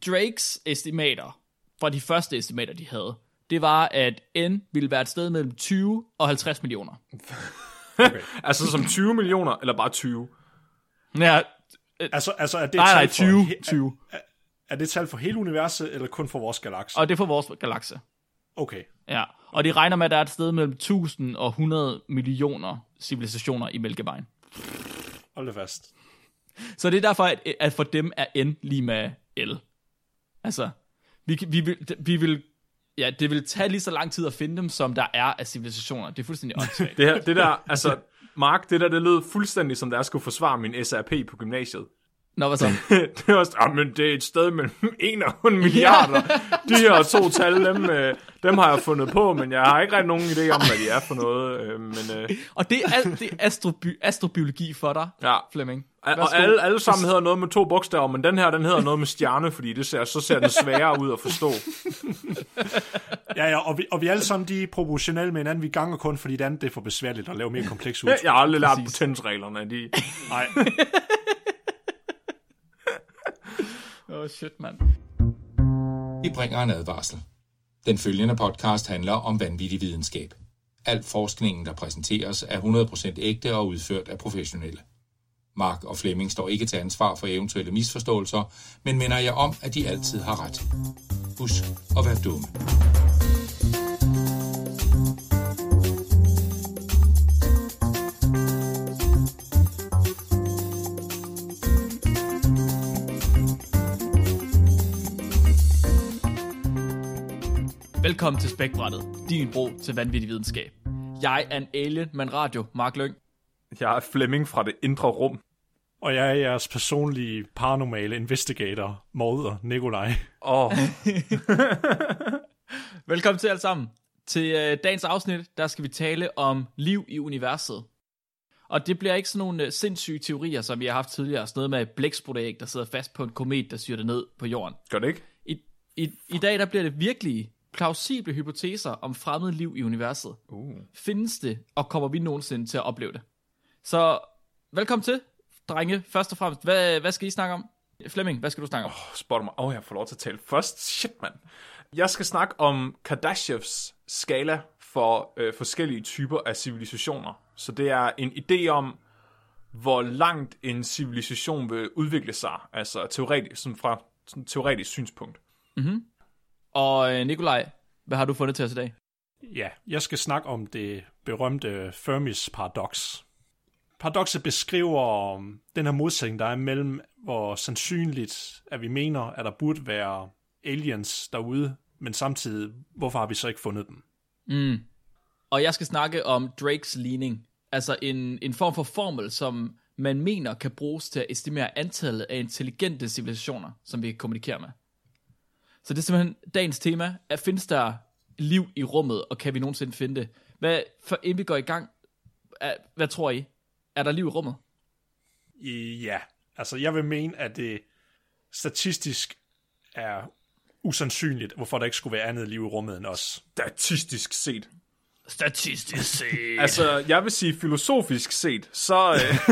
Drakes estimater, fra de første estimater, de havde, det var, at N ville være et sted mellem 20 og 50 millioner. Okay. Altså som 20 millioner, eller bare 20? Ja, Altså er det nej, 20. Er det tal for hele universet, eller kun for vores galakse? Og det er for vores galakse. Okay. Ja, og de regner med, at der er et sted mellem 1000 og 100 millioner civilisationer i Mælkevejen. Hold det fast. Så det er derfor, at for dem er N lige med L. Altså, vi vil, ja, det vil tage lige så lang tid at finde dem, som der er af civilisationer. Det er fuldstændig åndssvagt. det der, altså, Mark, det lød fuldstændig som, da jeg skulle forsvare min SRP på gymnasiet. Nå, hvad så? Det var men det er et sted mellem 1 og 1 milliarder. De her 2 tal, dem har jeg fundet på, men jeg har ikke rigtig nogen idé om, hvad de er for noget. Og det er astrobiologi for dig, ja. Flemming. Og alle sammen hedder noget med 2 bogstaver, men den her, den hedder noget med stjerne, fordi så ser den sværere ud at forstå. Ja, og vi alle sammen, de er proportionelle med hinanden. Vi ganger kun, fordi det andet det er for besværligt at lave mere komplekse udtryk. Jeg har aldrig lært potensreglerne. Nej. Shit, mand. Vi bringer en advarsel. Den følgende podcast handler om vanvittig videnskab. Al forskningen, der præsenteres, er 100% ægte og udført af professionelle. Mark og Flemming står ikke til ansvar for eventuelle misforståelser, men minder jer om, at de altid har ret. Husk at være dumme. Velkommen til Spækbrættet, din bro til vanvittig videnskab. Jeg er en alien med en radio, Mark Lyng. Jeg er Flemming fra det indre rum. Og jeg er jeres personlige paranormale investigator, Morder Nikolaj. Velkommen til alle sammen. Til dagens afsnit, der skal vi tale om liv i universet. Og det bliver ikke sådan nogle sindssyge teorier, som vi har haft tidligere. Sådan noget med blæksprutæg, der sidder fast på en komet, der syrer det ned på jorden. Gør det ikke? I dag, der bliver det virkelig plausible hypoteser om fremmed liv i universet. Findes det, og kommer vi nogensinde til at opleve det? Så velkommen til, drenge. Først og fremmest, hvad skal I snakke om? Flemming, hvad skal du snakke om? Spørg mig. Jeg får lov til at tale først. Shit, mand. Jeg skal snakke om Kardashians skala for forskellige typer af civilisationer. Så det er en idé om, hvor langt en civilisation vil udvikle sig, altså teoretisk, sådan fra sådan et teoretisk synspunkt. Mm-hmm. Og Nikolaj, hvad har du fundet til os i dag? Ja, jeg skal snakke om det berømte Fermis paradoks. Paradokset beskriver den her modsætning, der er mellem, hvor sandsynligt, at vi mener, at der burde være aliens derude, men samtidig, hvorfor har vi så ikke fundet dem? Og jeg skal snakke om Drakes ligning, altså en form for formel, som man mener kan bruges til at estimere antallet af intelligente civilisationer, som vi kan kommunikere med. Så det er simpelthen dagens tema, at findes der liv i rummet, og kan vi nogensinde finde det? Inden vi går i gang, hvad tror I? Er der liv i rummet? Ja, altså jeg vil mene, at det statistisk er usandsynligt, hvorfor der ikke skulle være andet liv i rummet end os. Statistisk set. Altså, jeg vil sige filosofisk set, så...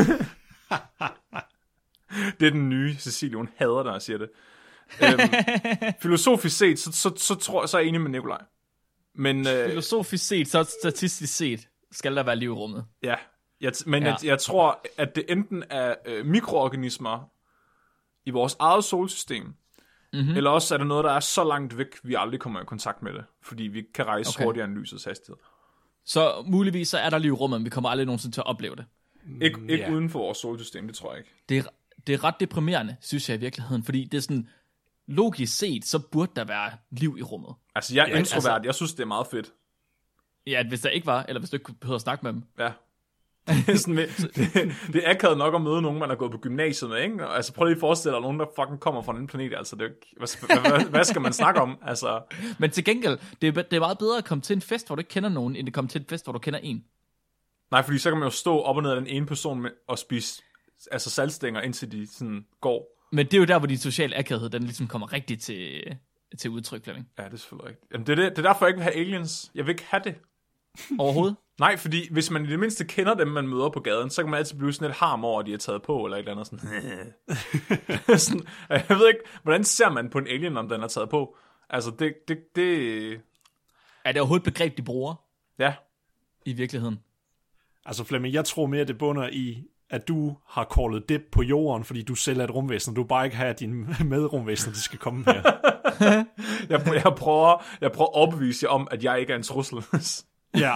det er den nye Cecilie, hun hader dig, siger det. Filosofisk set, så tror jeg, så er jeg enig med Nikolaj. Men filosofisk set, så statistisk set, skal der være liv i rummet. Ja, jeg tror, at det enten er mikroorganismer i vores eget solsystem, eller også er det noget, der er så langt væk, vi aldrig kommer i kontakt med det, fordi vi kan rejse hurtigere end lysets hastighed. Så muligvis så er der liv i rummet, men vi kommer aldrig nogensinde til at opleve det. Ikke uden for vores solsystem, det tror jeg ikke. Det er ret deprimerende, synes jeg i virkeligheden, fordi det er sådan, logisk set, så burde der være liv i rummet. Altså, jeg er introvert, jeg synes, det er meget fedt. Ja, hvis der ikke var, eller hvis du ikke behøver at snakke med dem. Ja. Det er akavet nok at møde nogen, man har gået på gymnasiet med, ikke? Altså, prøv lige at forestille dig, nogen, der fucking kommer fra en anden planet, altså, det er ikke, hvad skal man snakke om? Altså. Men til gengæld, det er meget bedre at komme til en fest, hvor du ikke kender nogen, end at komme til en fest, hvor du kender en. Nej, fordi så kan man jo stå op og ned af den ene person og spise saltstænger, indtil de sådan går. Men det er jo der, hvor din sociale akavhed, den ligesom kommer rigtigt til udtryk, Flemming. Ja, det er selvfølgelig rigtigt. Jamen, det er derfor, jeg ikke vil have aliens. Jeg vil ikke have det. overhovedet. Nej, fordi hvis man i det mindste kender dem, man møder på gaden, så kan man altid blive sådan lidt harm over, at de har taget på, eller et eller andet sådan. Sådan, jeg ved ikke, hvordan ser man på en alien, om den har taget på? Altså, det... Er det overhovedet et begreb, de bruger Ja. i virkeligheden? Altså Flemming, jeg tror mere, det bunder i, at du har callet dip på jorden, fordi du selv er et rumvæsen, og du bare ikke har, at dine medrumvæsener, de skal komme her. Jeg prøver at overbevise jer om, at jeg ikke er en trussel. Ja.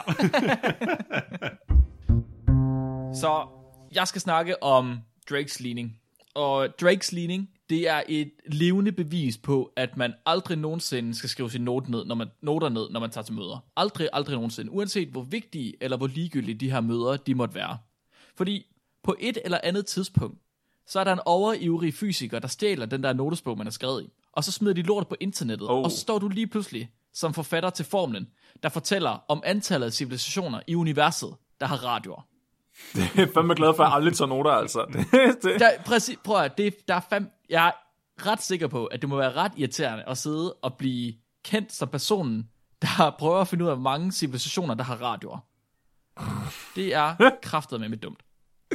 Så jeg skal snakke om Drakes ligning. Og Drakes ligning, det er et levende bevis på, at man aldrig nogensinde skal skrive sin noter ned, når man tager til møder. Aldrig nogensinde. Uanset hvor vigtige eller hvor ligegyldige de her møder, de måtte være. Fordi på et eller andet tidspunkt, så er der en overivrig fysiker, der stjæler den der notesbog, man har skrevet i. Og så smider de lortet på internettet. Og så står du lige pludselig som forfatter til formlen, der fortæller om antallet af civilisationer i universet, der har radioer. Det er fandme glad for, at jeg aldrig tager noter, altså. Prøv at jeg er ret sikker på, at det må være ret irriterende at sidde og blive kendt som personen, der prøver at finde ud af, hvor mange civilisationer, der har radioer. Det er kraftedeme med dumt.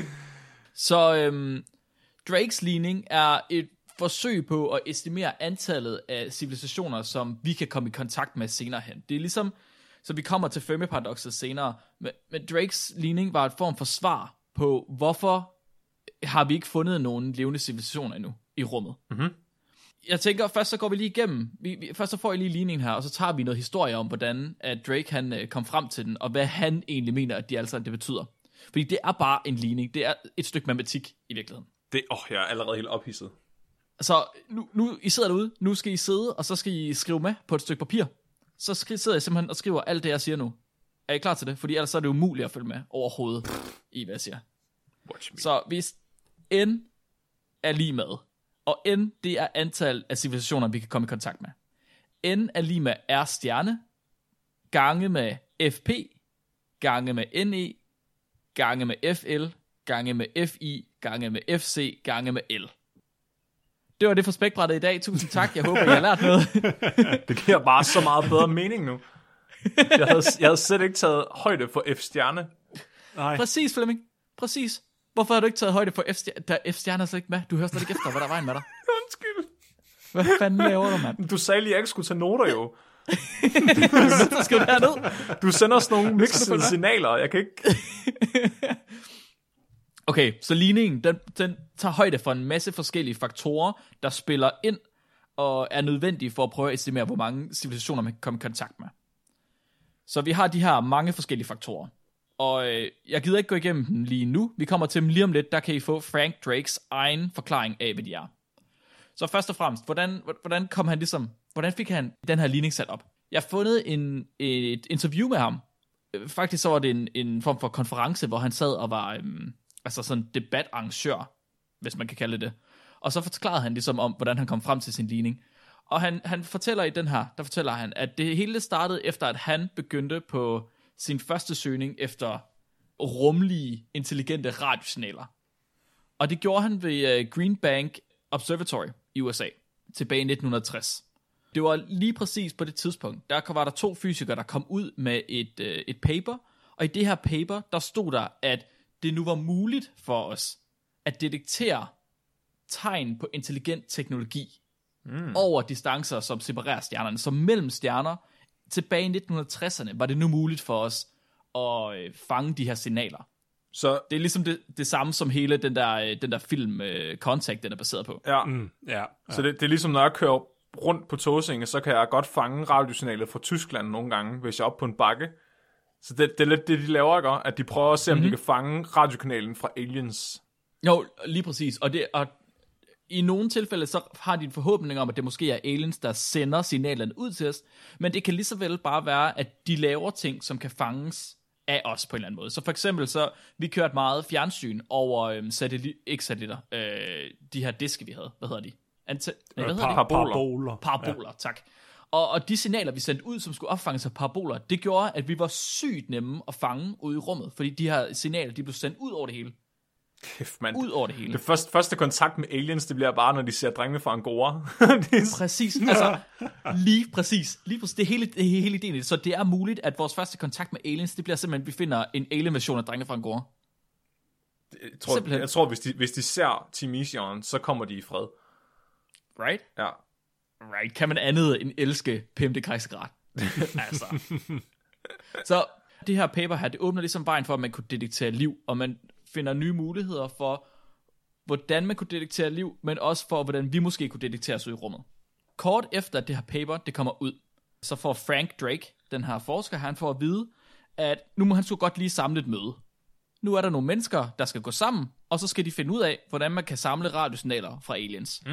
Så Drakes ligning er et forsøg på at estimere antallet af civilisationer, som vi kan komme i kontakt med senere hen. Det er ligesom, så vi kommer til Fermi-paradokset senere, men Drakes ligning var et form for svar på, hvorfor har vi ikke fundet nogen levende civilisationer endnu i rummet. Mm-hmm. Jeg tænker, først så går vi lige igennem, først så får jeg lige ligningen her, og så tager vi noget historie om, hvordan at Drake han kom frem til den, og hvad han egentlig mener, at det betyder. Fordi det er bare en ligning, det er et stykke matematik i virkeligheden. Jeg er allerede helt ophidset. Så nu I sidder derude, nu skal I sidde, og så skal I skrive med på et stykke papir. Så sidder jeg simpelthen og skriver alt det, jeg siger nu. Er I klar til det? Fordi ellers så er det umuligt at følge med overhovedet i, hvad jeg siger. Så hvis n er lige med, og n det er antal af civilisationer, vi kan komme i kontakt med. N er lige med R stjerne, gange med FP, gange med NE, gange med FL, gange med FI, gange med FC, gange med L. Det var det for spækbrættet i dag. Tusind tak. Jeg håber, I har lært noget. Det giver bare så meget bedre mening nu. Jeg havde slet ikke taget højde for F-stjerne. Nej. Præcis, Flemming. Præcis. Hvorfor har du ikke taget højde for F-stjerne? Der er F-stjerne slet ikke med. Du hører slet ikke efter, hvad der er vejen med dig. Undskyld. Hvad fanden laver du, mand? Du sagde lige, at jeg ikke skulle tage noter, jo. Så skal du herned. Du sender sådan nogle mixede signaler. Jeg kan ikke... Okay, så ligningen, den tager højde for en masse forskellige faktorer, der spiller ind og er nødvendige for at prøve at estimere, hvor mange civilisationer man kan komme i kontakt med. Så vi har de her mange forskellige faktorer. Og jeg gider ikke gå igennem dem lige nu. Vi kommer til dem lige om lidt. Der kan I få Frank Drakes egen forklaring af, hvad de er. Så først og fremmest, hvordan kom han ligesom... Hvordan fik han den her ligning sat op? Jeg har fundet et interview med ham. Faktisk så var det en form for konference, hvor han sad og var... altså sådan debatarrangør, hvis man kan kalde det. Og så forklarede han ligesom om, hvordan han kom frem til sin ligning. Og han fortæller i den her, der fortæller han, at det hele startede efter, at han begyndte på sin første søgning efter rumlige, intelligente radiosignaler. Og det gjorde han ved Green Bank Observatory i USA, tilbage i 1960. Det var lige præcis på det tidspunkt, der var der 2 fysikere, der kom ud med et paper, og i det her paper, der stod der, at det nu var muligt for os at detektere tegn på intelligent teknologi over distancer, som separerer stjernerne. Så mellem stjerner, tilbage i 1960'erne, var det nu muligt for os at fange de her signaler. Så det er ligesom det samme som hele den der film Contact, den er baseret på. Ja. Ja. Så det er ligesom, når jeg kører rundt på Tåsinge, så kan jeg godt fange radiosignalet fra Tyskland nogle gange, hvis jeg er oppe på en bakke. Så det er lidt det, de laver, ikke? At de prøver at se, om de kan fange radiokanalen fra aliens. Jo, lige præcis. Og i nogle tilfælde, så har de en forhåbning om, at det måske er aliens, der sender signalerne ud til os. Men det kan lige så vel bare være, at de laver ting, som kan fanges af os på en eller anden måde. Så for eksempel, så vi kørte meget fjernsyn over de her diske, vi havde. Hvad hedder de? Paraboler, ja. Tak. Og de signaler, vi sendte ud, som skulle opfanges af paraboler, det gjorde, at vi var sygt nemme at fange ude i rummet, fordi de her signaler, de blev sendt ud over det hele. Kæft, mand. Ud over det hele. Det første kontakt med aliens, det bliver bare, når de ser drengene fra Angora. Præcis, altså lige præcis. Det er hele ideen i det. Så det er muligt, at vores første kontakt med aliens, det bliver simpelthen, at vi finder en alien-version af drengene fra Angora. Jeg tror hvis de ser Team Mission, så kommer de i fred. Right? Ja. Right. Kan man andet end elske Pim det Kejsergrat? Altså. Så det her paper her, det åbner ligesom vejen for, at man kunne detektere liv, og man finder nye muligheder for, hvordan man kunne detektere liv, men også for, hvordan vi måske kunne detektere os ud i rummet. Kort efter, at det her paper, det kommer ud, så får Frank Drake, den her forsker, han får at vide, at nu må han sgu godt lige samle et møde. Nu er der nogle mennesker, der skal gå sammen, og så skal de finde ud af, hvordan man kan samle radiosignaler fra aliens.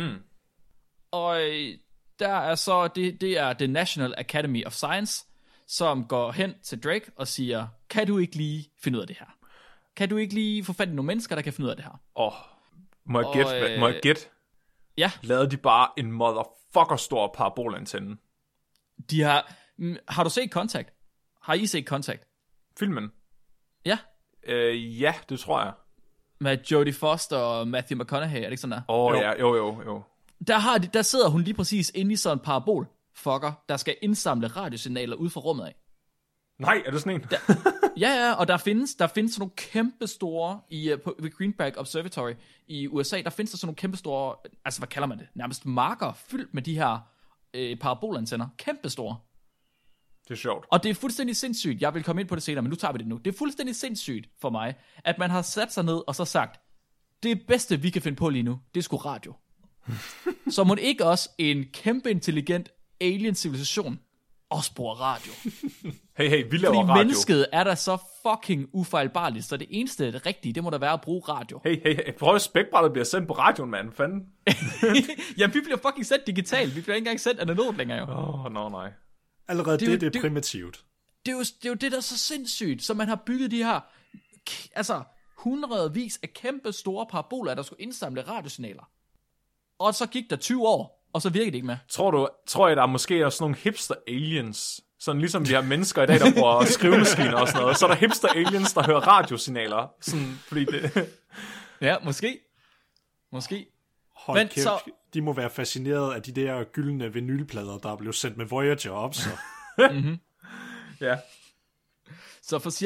Og der er så, det er The National Academy of Science, som går hen til Drake og siger, kan du ikke lige finde ud af det her? Kan du ikke lige få fat i nogle mennesker, der kan finde ud af det her? Må jeg gætte? Ja. Lavede de bare en motherfucker stor parabolantenne? De har du set Contact? Har I set Contact? Filmen? Ja. Ja, det tror jeg. Med Jodie Foster og Matthew McConaughey, er det ikke sådan der? Ja, jo. Der sidder hun lige præcis inde i sådan en parabolfucker, der skal indsamle radiosignaler ud fra rummet af. Nej, er det sådan en? Ja, og der findes sådan nogle kæmpe store ved Greenback Observatory i USA, der findes der sådan nogle kæmpe store, altså hvad kalder man det? Nærmest marker fyldt med de her parabolantenner. Kæmpe store. Det er sjovt. Og det er fuldstændig sindssygt, jeg vil komme ind på det senere, men nu tager vi det nu. Det er fuldstændig sindssygt for mig, at man har sat sig ned og så sagt, det bedste vi kan finde på lige nu, det er sgu radio. Så må ikke også en kæmpe intelligent alien civilisation også bruger radio. Hey, vi laver Fordi radio. mennesket er der så fucking ufejlbarligt, så det eneste rigtige, det må da være at bruge radio. Hey, prøv at spækbrættet bliver sendt på radioen, mand. Fanden. Jamen, vi bliver fucking sendt digitalt. Vi bliver ikke engang sendt analogt længere, jo. Nej. Allerede det er primitivt. Det er jo det, der er så sindssygt, så man har bygget de her, altså, hundredvis af kæmpe store paraboler, der skulle indsamle radiosignaler. Og så gik der 20 år, og så virkede det ikke mere. Tror jeg, der er måske også nogle hipster-aliens, sådan ligesom vi har mennesker i dag, der bruger skrivemaskiner og sådan noget, så er der hipster-aliens, der hører radiosignaler, sådan, fordi det... Ja, måske. Hold kæft, de må være fascineret af de der gyldne vinylplader, der er blevet sendt med Voyager op, så... Ja. Så for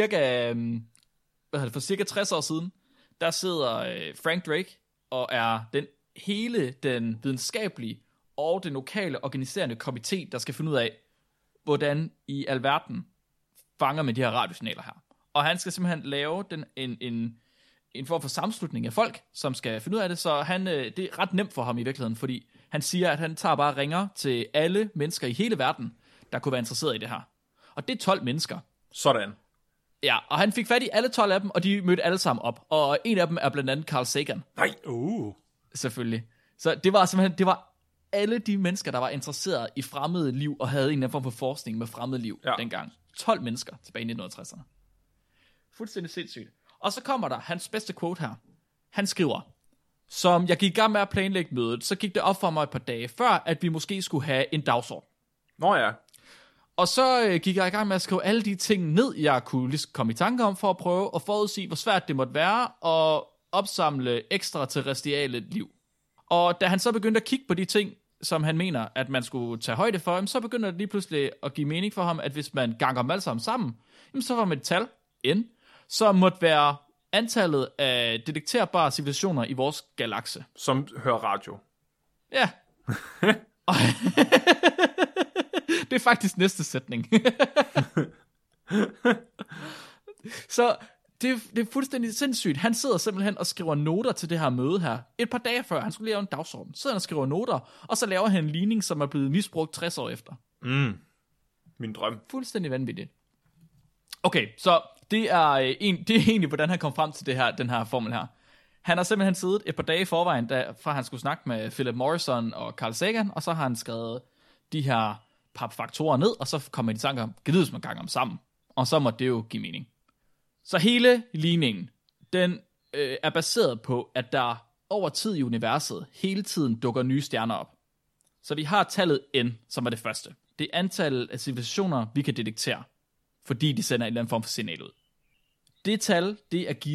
cirka 60 år siden, der sidder Frank Drake og er den videnskabelige og den lokale organiserende komité, der skal finde ud af, hvordan i alverden fanger med de her radiosignaler her. Og han skal simpelthen lave en form for sammenslutning af folk, som skal finde ud af det, så det er ret nemt for ham i virkeligheden, fordi han siger, at han tager bare ringer til alle mennesker i hele verden, der kunne være interesseret i det her. Og det er 12 mennesker. Sådan. Ja, og han fik fat i alle 12 af dem, og de mødte alle sammen op. Og en af dem er blandt andet Carl Sagan. Nej. Selvfølgelig. Så det var simpelthen, alle de mennesker, der var interesseret i fremmede liv, og havde en eller anden form for forskning med fremmede liv dengang. 12 mennesker tilbage i 1960'erne. Fuldstændig sindssygt. Og så kommer der hans bedste quote her. Han skriver, som jeg gik i gang med at planlægge mødet, så gik det op for mig et par dage før, at vi måske skulle have en dagsorden. Nå ja. Og så gik jeg i gang med at skrive alle de ting ned, jeg kunne lige komme i tanke om, for at prøve at forudsige, hvor svært det måtte være, at opsamle ekstraterrestriale liv. Og da han så begyndte at kigge på de ting, som han mener, at man skulle tage højde for, så begynder det lige pludselig at give mening for ham, at hvis man ganger dem alle sammen, så var man et tal, n, som måtte være antallet af detekterbare civilisationer i vores galakse. Som hører radio. Ja. Det er faktisk næste sætning. Så det er fuldstændig sindssygt. Han sidder simpelthen og skriver noter til det her møde her. Et par dage før, han skulle lave en dagsorden. Sidder han og skriver noter, og så laver han en ligning, som er blevet misbrugt 60 år efter. Min drøm. Fuldstændig vanvittigt. Okay, så det er egentlig, hvordan han kom frem til den her formel her. Han har simpelthen siddet et par dage i forvejen, fra han skulle snakke med Philip Morrison og Carl Sagan, og så har han skrevet de her faktorer ned, og så kommer de tanker om, givet hvis man ganger dem sammen. Og så må det jo give mening. Så hele ligningen, den er baseret på, at der over tid i universet hele tiden dukker nye stjerner op. Så vi har tallet n, som er det første. Det er antallet af civilisationer, vi kan detektere, fordi de sender en eller anden form for signal ud. Det tal, det er givet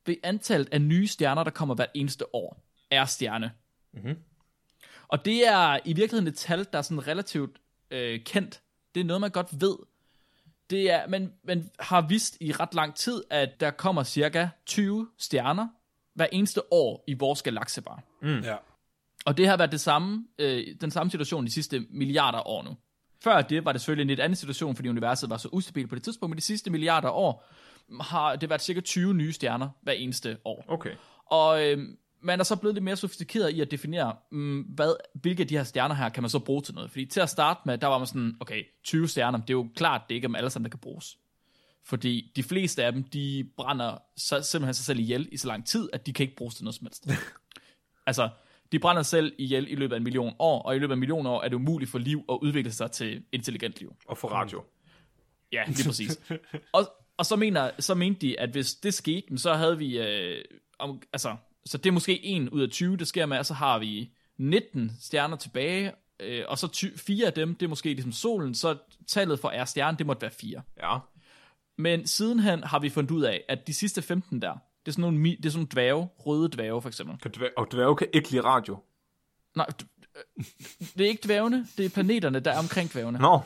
ved antallet af nye stjerner, der kommer hvert eneste år. R-stjerne. Mm-hmm. Og det er i virkeligheden et tal, der er sådan relativt kendt. Det er noget, man godt ved. Det er, man har vidst i ret lang tid, at der kommer cirka 20 stjerner hver eneste år i vores galakse bare. Mm. Ja. Og det har været den samme situation de sidste milliarder år nu. Før det var det selvfølgelig en lidt anden situation, fordi universet var så ustabilt på det tidspunkt, men de sidste milliarder år har det været cirka 20 nye stjerner hver eneste år. Okay. Og man er så blevet lidt mere sofistikeret i at definere, hvilke af de her stjerner her kan man så bruge til noget. Fordi til at starte med, der var man sådan, okay, 20 stjerner, det er jo klart, det er ikke dem alle sammen, der kan bruges. Fordi de fleste af dem, de brænder simpelthen sig selv ihjel i så lang tid, at de kan ikke bruges til noget som helst. Altså, de brænder selv ihjel i løbet af 1 million år, og i løbet af 1 million år er det umuligt for liv at udvikle sig til intelligent liv. Og for radio. Ja, lige præcis. og så mente de, at hvis det skete, så havde vi, så det er måske 1 ud af 20, det sker med, og så har vi 19 stjerner tilbage, og så 4 af dem, det er måske ligesom solen, så tallet for R-stjerne, det måtte være 4. Ja. Men sidenhen har vi fundet ud af, at de sidste 15 der, det er sådan nogle dværge, røde dværge for eksempel. Og dværge kan ikke lide radio. Nej, det er ikke dværgene, det er planeterne, der er omkring dværgene. Nå.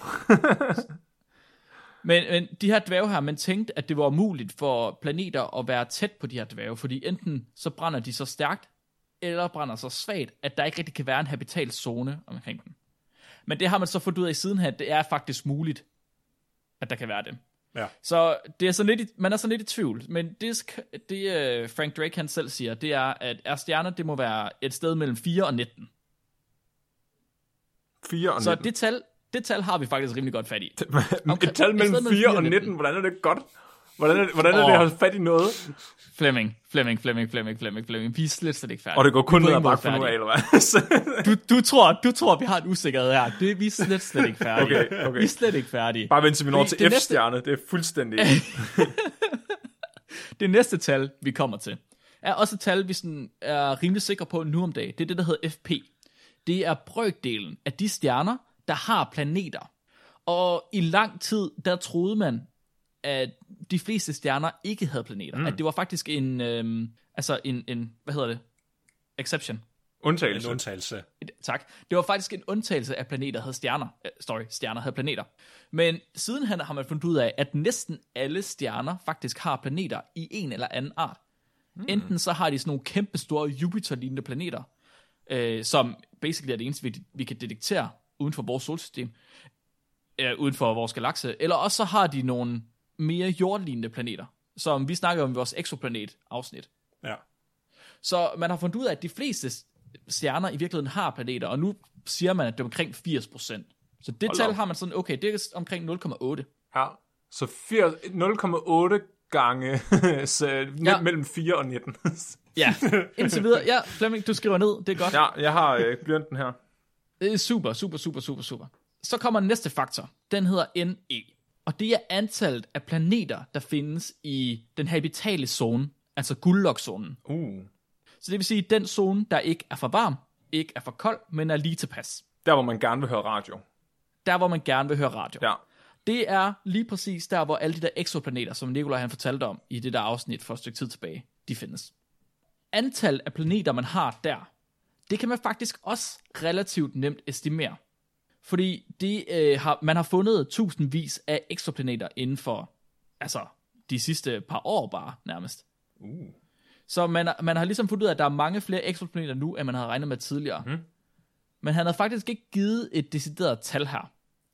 Men de her dværge her, man tænkte, at det var muligt for planeter at være tæt på de her dværge, fordi enten så brænder de så stærkt, eller brænder så svagt, at der ikke rigtig kan være en habital zone omkring dem. Men det har man så fundet ud af sidenhen, at det er faktisk muligt, at der kan være det. Ja. Så det er sådan lidt, man er sådan lidt i tvivl, men det Frank Drake han selv siger, det er, at R-stjerner, det må være et sted mellem 4 og 19. 4 og 19. Så det tal har vi faktisk rimelig godt fat i. Et tal mellem 4 og 19, hvordan er det godt? Hvordan er det at have fat i noget? Flemming, vi er slet ikke færdige. Og det går kun ned ad bakke for nu af, eller hvad? du tror, vi har en usikkerhed her. Vi er slet ikke færdige. Okay. Vi er slet ikke færdige. Bare vent til vi når til F-stjerne, det er fuldstændig... Det næste tal, vi kommer til, er også et tal, vi sådan er rimelig sikre på nu om dagen. Det er det, der hedder FP. Det er brøkdelen af de stjerner, der har planeter. Og i lang tid, der troede man, at de fleste stjerner ikke havde planeter. At det var faktisk en hvad hedder det? Exception. Undtagelse. En undtagelse. Tak. Det var faktisk en undtagelse, at planeter havde stjerner. Stjerner havde planeter. Men sidenhen har man fundet ud af, at næsten alle stjerner faktisk har planeter i en eller anden art. Enten så har de sådan nogle kæmpe store Jupiter-lignende planeter, som basically er det eneste, vi kan detektere uden for vores solsystem, uden for vores galakse, eller også så har de nogle mere jordlignende planeter, som vi snakker om i vores exoplanet-afsnit. Ja. Så man har fundet ud af, at de fleste stjerner i virkeligheden har planeter, og nu siger man, at det er omkring 80%. Så det tal har man sådan, okay, det er omkring 0,8. Ja, så 0,8 gange mellem 4 og 19. Ja, indtil videre. Ja, Flemming, du skriver ned, det er godt. Ja, jeg har blyanten her. Det er super. Så kommer næste faktor. Den hedder NE. Og det er antallet af planeter, der findes i den habitale zone, altså Goldilocks-zonen. Så det vil sige, den zone, der ikke er for varm, ikke er for kold, men er lige tilpas. Der, hvor man gerne vil høre radio. Ja. Det er lige præcis der, hvor alle de der exoplaneter, som Nikolaj han fortalte om i det der afsnit for et stykke tid tilbage, de findes. Antallet af planeter, man har der, det kan man faktisk også relativt nemt estimere. Fordi man har fundet tusindvis af exoplaneter inden for de sidste par år bare nærmest. Så man har ligesom fundet ud af, at der er mange flere exoplaneter nu, end man havde regnet med tidligere. Men han havde faktisk ikke givet et decideret tal her.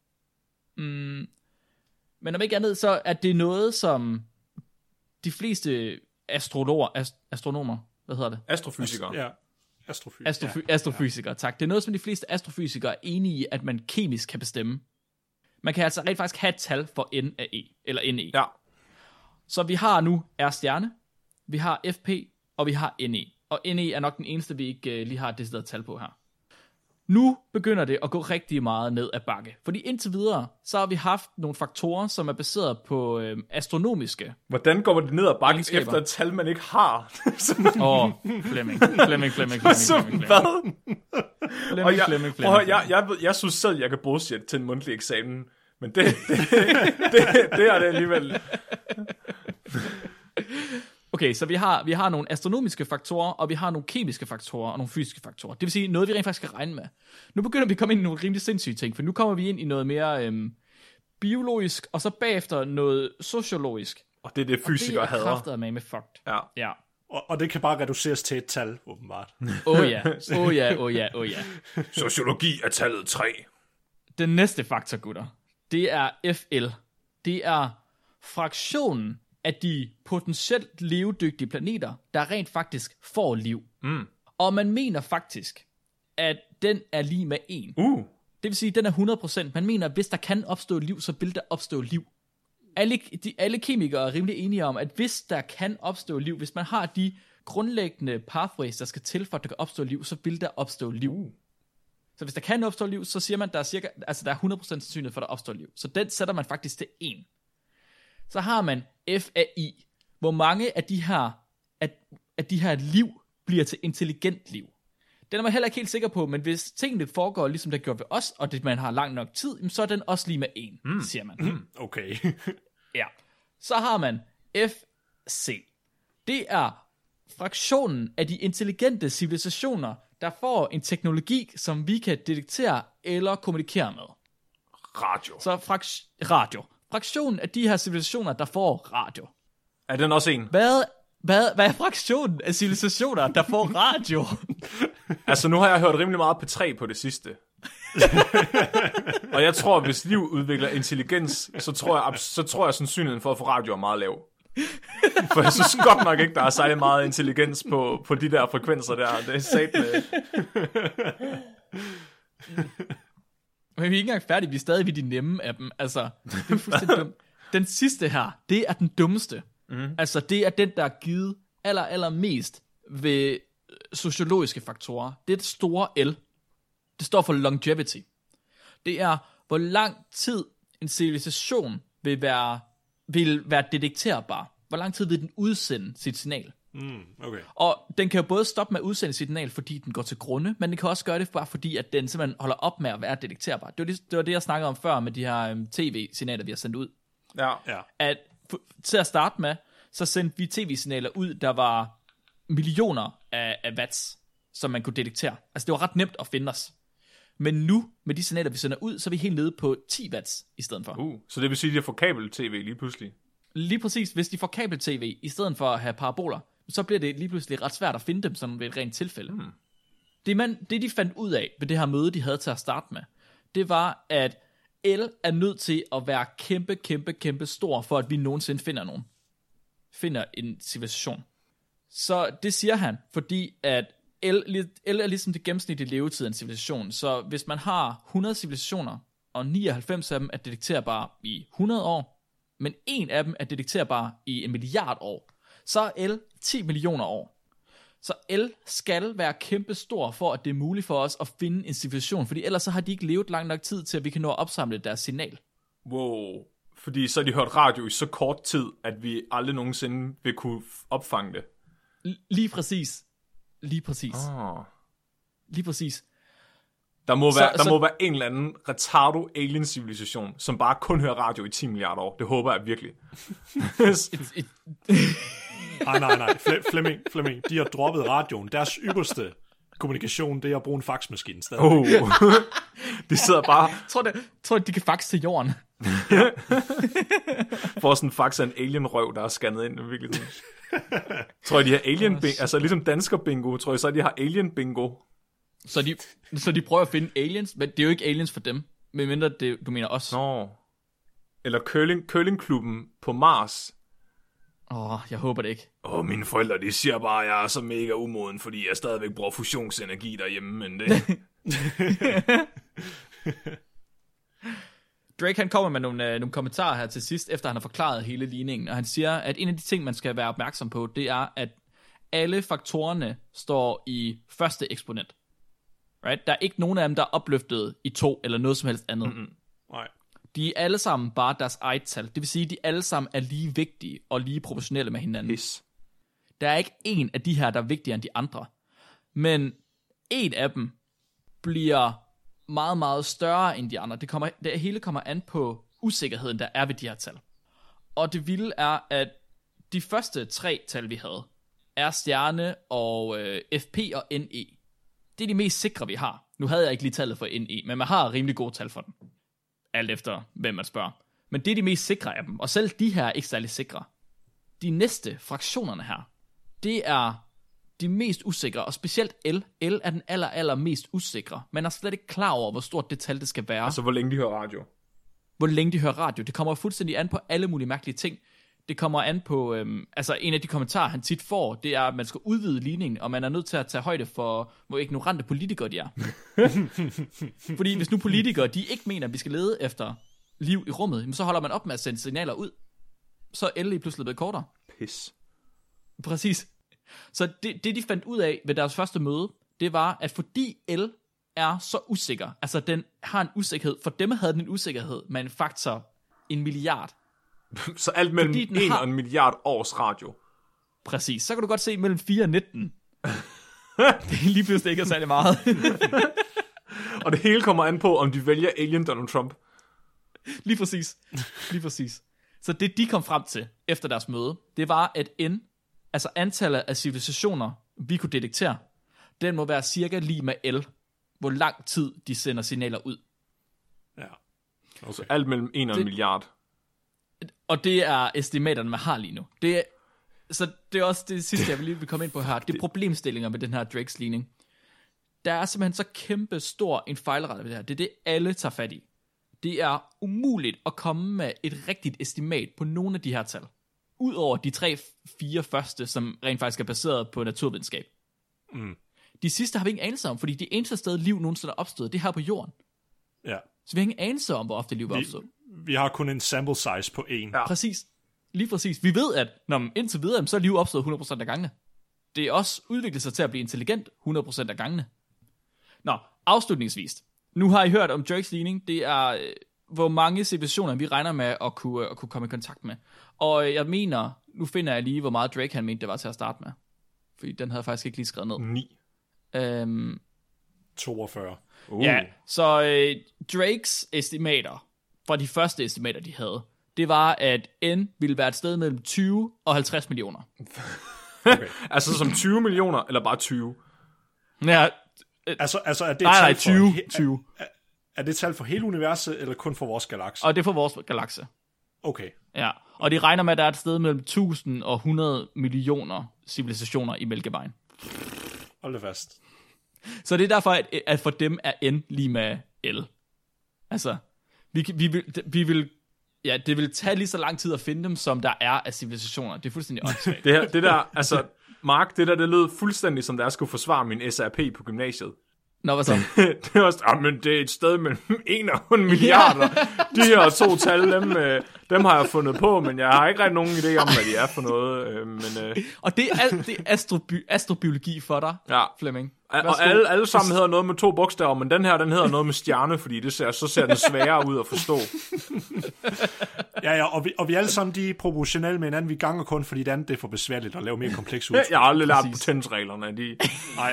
Men om ikke andet, så er det noget, som de fleste astronomer, hvad hedder det? Astrofysikere. Ja. Astrofysikere, tak. Det er noget, som de fleste astrofysikere er enige i, at man kemisk kan bestemme. Man kan altså rent faktisk have et tal for N af E, eller NE. Ja. Så vi har nu R-stjerne, vi har FP, og vi har NE. Og NE er nok den eneste, vi ikke lige har et decideret tal på her. Nu begynder det at gå rigtig meget ned ad bakke. Fordi indtil videre, så har vi haft nogle faktorer, som er baseret på astronomiske. Hvordan går det ned ad bakke efter et tal, man ikke har? Flemming. Hvad? Jeg synes selv, jeg kan bullshit til en mundtlig eksamen. Men det er det alligevel. Okay, så vi har nogle astronomiske faktorer, og vi har nogle kemiske faktorer, og nogle fysiske faktorer. Det vil sige, noget vi rent faktisk skal regne med. Nu begynder vi at komme ind i nogle rimelig sindssyge ting, for nu kommer vi ind i noget mere biologisk, og så bagefter noget sociologisk. Og det er det, fysikere hader. Og det er kraftedeme med fucked. Ja. Og det kan bare reduceres til et tal, åbenbart. Oh ja. Sociologi er tallet 3. Den næste faktor, gutter, det er FL. Det er fraktionen af de potentielt levedygtige planeter, der rent faktisk får liv. Og man mener faktisk, at den er lige med 1. Det vil sige, at den er 100%. Man mener, at hvis der kan opstå liv, så vil der opstå liv. Alle kemikere er rimelig enige om, at hvis der kan opstå liv, hvis man har de grundlæggende pathways, der skal til for, at der kan opstå liv, så vil der opstå liv. Så hvis der kan opstå liv, så siger man, at der er 100% sandsynlighed for, at der opstår liv. Så den sætter man faktisk til 1. Så har man FAI. Hvor mange af de her liv bliver til intelligent liv. Den er man heller ikke helt sikker på, men hvis tingene foregår, ligesom det gjorde ved os, og det man har lang nok tid, så er den også lige med 1, siger man. Okay. Ja. Så har man FC. Det er fraktionen af de intelligente civilisationer, der får en teknologi, som vi kan detektere eller kommunikere med. Radio. Så radio. Fraktionen af de her civilisationer, der får radio. Er den også en? Hvad er fraktionen af civilisationer, der får radio? Altså, nu har jeg hørt rimelig meget P3 på det sidste. Og jeg tror, hvis liv udvikler intelligens, så tror jeg sandsynligheden for at få radio er meget lav. For jeg synes godt nok ikke, der er særlig meget intelligens på de der frekvenser der. Det er satme. Men vi er ikke engang færdige, vi er stadig ved de nemme af dem. Altså, det er fuldstændig dumt. Den sidste her, det er den dummeste. Altså, det er den, der er givet allermest ved sociologiske faktorer. Det er det store L. Det står for longevity. Det er, hvor lang tid en civilisation vil være detekterbar. Hvor lang tid vil den udsende sit signal. Okay. Og den kan jo både stoppe med at udsende sit signal, fordi den går til grunde, men den kan også gøre det bare fordi, at den simpelthen holder op med at være detekterbar. Det var det, jeg snakkede om før med de her tv-signaler, vi har sendt ud. Ja. At til at starte med, så sendte vi tv-signaler ud, der var millioner af watts, som man kunne detektere. Altså det var ret nemt at finde os. Men nu, med de signaler, vi sender ud, så er vi helt nede på 10 watts i stedet for. Så det vil sige, at de får kabel-tv lige pludselig? Lige præcis. Hvis de får kabel-tv, i stedet for at have paraboler, så bliver det lige pludselig ret svært at finde dem, sådan ved et rent tilfælde. Det de fandt ud af ved det her møde, de havde til at starte med, det var, at El er nødt til at være kæmpe stor, for at vi nogensinde finder en civilisation. Så det siger han, fordi at El er ligesom det gennemsnitlige levetid af en civilisation. Så hvis man har 100 civilisationer, og 99 af dem er detekterbare i 100 år, men en af dem er detekterbar i 1 milliard år, så er El 10 millioner år. Så El skal være kæmpe stor, for at det er muligt for os at finde en civilisation, fordi ellers så har de ikke levet lang nok tid til, at vi kan nå at opsamle deres signal. Fordi så har de hørt radio i så kort tid, at vi aldrig nogensinde vil kunne opfange det. Lige præcis. Lige præcis. Der må være en eller anden retardo alien civilisation, som bare kun hører radio i 10 milliarder år. Det håber jeg virkelig. Nej. Flemming. De har droppet radioen. Deres ypperste kommunikation, det er at bruge en faxmaskine stadig. De sidder bare... Tror de kan faxe til jorden? For sådan en fax af en alien-røv, der er scannet ind. Virkelig. Tror jeg, de har alien bingo, altså ligesom dansker bingo, tror jeg så, de har alien bingo. Så de prøver at finde aliens, men det er jo ikke aliens for dem, medmindre du mener os. Nå. Eller curlingklubben på Mars. Jeg håber det ikke. Mine forældre, de siger bare, at jeg er så mega umoden, fordi jeg stadigvæk bruger fusionsenergi derhjemme, men det... Drake han kommer med nogle kommentarer her til sidst, efter han har forklaret hele ligningen, og han siger, at en af de ting, man skal være opmærksom på, det er, at alle faktorerne står i første eksponent. Right? Der er ikke nogen af dem, der er opløftet i 2 eller noget som helst andet. Nej. De er alle sammen bare deres eget tal. Det vil sige, at de alle sammen er lige vigtige og lige proportionelle med hinanden. Yes. Der er ikke en af de her, der er vigtigere end de andre. Men en af dem bliver meget, meget større end de andre. Det hele kommer an på usikkerheden, der er ved de her tal. Og det vilde er, at de første 3 tal, vi havde, er stjerne og FP og NE. Det er de mest sikre, vi har. Nu havde jeg ikke lige tallet for NE, men man har rimelig gode tal for den. Alt efter, hvem man spørger. Men det er de mest sikre af dem, og selv de her er ikke særlig sikre. De næste fraktionerne her, det er de mest usikre, og specielt L. L er den aller mest usikre. Man er slet ikke klar over, hvor stort det tal det skal være. Altså, hvor længe de hører radio. Hvor længe de hører radio. Det kommer fuldstændig an på alle mulige mærkelige ting. Det kommer an på, altså en af de kommentarer, han tit får, det er, at man skal udvide ligningen, og man er nødt til at tage højde for, hvor ignorante politikere de er. Fordi hvis nu politikere, de ikke mener, at vi skal lede efter liv i rummet, så holder man op med at sende signaler ud. Så er lige pludselig blevet kortere. Pis. Præcis. Så det de fandt ud af ved deres første møde, det var, at fordi L er så usikker, altså den har en usikkerhed, for dem havde den en usikkerhed med en faktor 1 milliard. Så alt mellem 1 og 1 milliard års radio. Præcis. Så kan du godt se mellem 4 og 19. Det er lige pludselig ikke særlig meget. Og det hele kommer an på, om de vælger Alien Donald Trump. Lige præcis. Så det de kom frem til efter deres møde, det var, at altså antallet af civilisationer, vi kunne detektere, den må være cirka lige med L, hvor lang tid de sender signaler ud. Ja. Okay. Så alt mellem 1 og 1 milliard. Og det er estimaterne, man har lige nu. Så det er også det sidste, jeg vil komme ind på her. Det er problemstillinger med den her Drakes ligning. Der er simpelthen så kæmpe stor en fejlrette ved det her. Det er det, alle tager fat i. Det er umuligt at komme med et rigtigt estimat på nogle af de her tal. Udover de 3-4 første, som rent faktisk er baseret på naturvidenskab. Mm. De sidste har vi ingen anelse om, fordi det eneste sted, liv nogensinde er opstået, det er her på jorden. Ja. Så vi har ingen anelse om, hvor ofte liv er opstået. Vi har kun en sample size på 1. Ja. Præcis. Lige præcis. Vi ved, at indtil videre, så er liv opstået 100% af gangene. Det er også udviklet sig til at blive intelligent 100% af gangene. Nå, afslutningsvis. Nu har I hørt om Drakes ligning. Det er, hvor mange civilisationer vi regner med at kunne komme i kontakt med. Og jeg mener, nu finder jeg lige, hvor meget Drake han mente, det var til at starte med. Fordi den havde jeg faktisk ikke lige skrevet ned. 9. 42. Ja, så Drakes estimater, fra de første estimater, de havde, det var, at N ville være et sted mellem 20 og 50 millioner. Okay. Altså som 20 millioner, eller bare 20? Ja, altså er det nej, 20. Er det tal for hele universet, eller kun for vores galakse? Og det er for vores galakse. Okay. Ja, og de regner med, at der er et sted mellem 1000 og 100 millioner civilisationer i Mælkevejen. Hold det fast. Så det er derfor, at for dem er N lige med L. Altså, vi vil, ja, det vil tage lige så lang tid at finde dem, som der er af civilisationer. Det er fuldstændig åndssvagt. det der, altså, Mark, det lød fuldstændig som, da jeg skulle forsvare min SRP på gymnasiet. Nå, hvad så? Det var men det er et sted mellem 1 og 1 milliarder. De her 2 tal, dem har jeg fundet på, men jeg har ikke rigtig nogen idé om, hvad de er for noget. Og det er astrobiologi for dig, ja. Flemming. Og alle sammen hedder noget med 2 bogstaver, men den her, den hedder noget med stjerne, fordi så ser den sværere ud at forstå. Ja, og vi alle sammen, de er proportionelle med hinanden. Vi ganger kun, fordi det andet det er for besværligt at lave mere komplekse udtryk. Jeg har aldrig lært potensreglerne. Nej.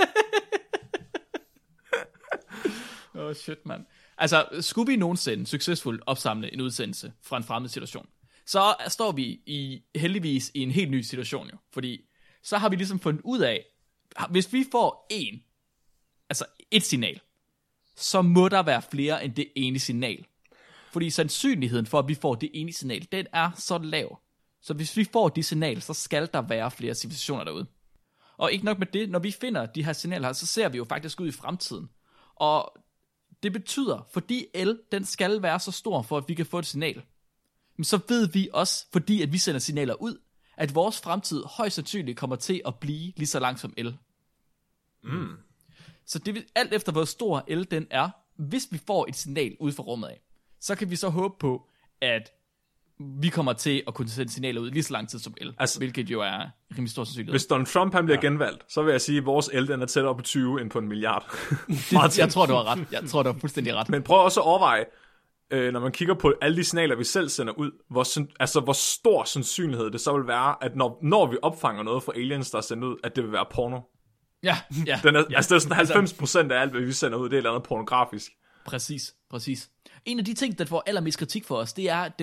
Shit, mand. Altså, skulle vi nogensinde succesfuldt opsamle en udsendelse fra en fremmed situation, så står vi heldigvis i en helt ny situation jo. Fordi så har vi ligesom fundet ud af, hvis vi får et signal, så må der være flere end det ene signal. Fordi sandsynligheden for, at vi får det ene signal, den er så lav. Så hvis vi får det signal, så skal der være flere civilisationer derude. Og ikke nok med det, når vi finder de her signaler, så ser vi jo faktisk ud i fremtiden. Og det betyder, fordi L, den skal være så stor, for at vi kan få et signal, men så ved vi også, fordi at vi sender signaler ud, at vores fremtid højst sandsynligt kommer til at blive lige så lang som L. Mm. Så det vil, alt efter hvor stor L den er, hvis vi får et signal ud fra rummet af, så kan vi så håbe på, at vi kommer til at kunne sende signaler ud lige så lang tid som L, altså, hvilket jo er rimelig stor sandsynlighed. Hvis Donald Trump han bliver genvalgt, så vil jeg sige, at vores L den er tættere på 20 end på 1 milliard. Jeg tror, du har ret. Jeg tror, du har fuldstændig ret. Men prøv også at overveje, når man kigger på alle de signaler, vi selv sender ud, hvor stor sandsynlighed det så vil være, at når vi opfanger noget fra aliens, der er sendt ud, at det vil være porno. Ja. Altså det er sådan 90% af alt, hvad vi sender ud, det er et eller andet pornografisk. Præcis. En af de ting, der får allermest kritik for os, det er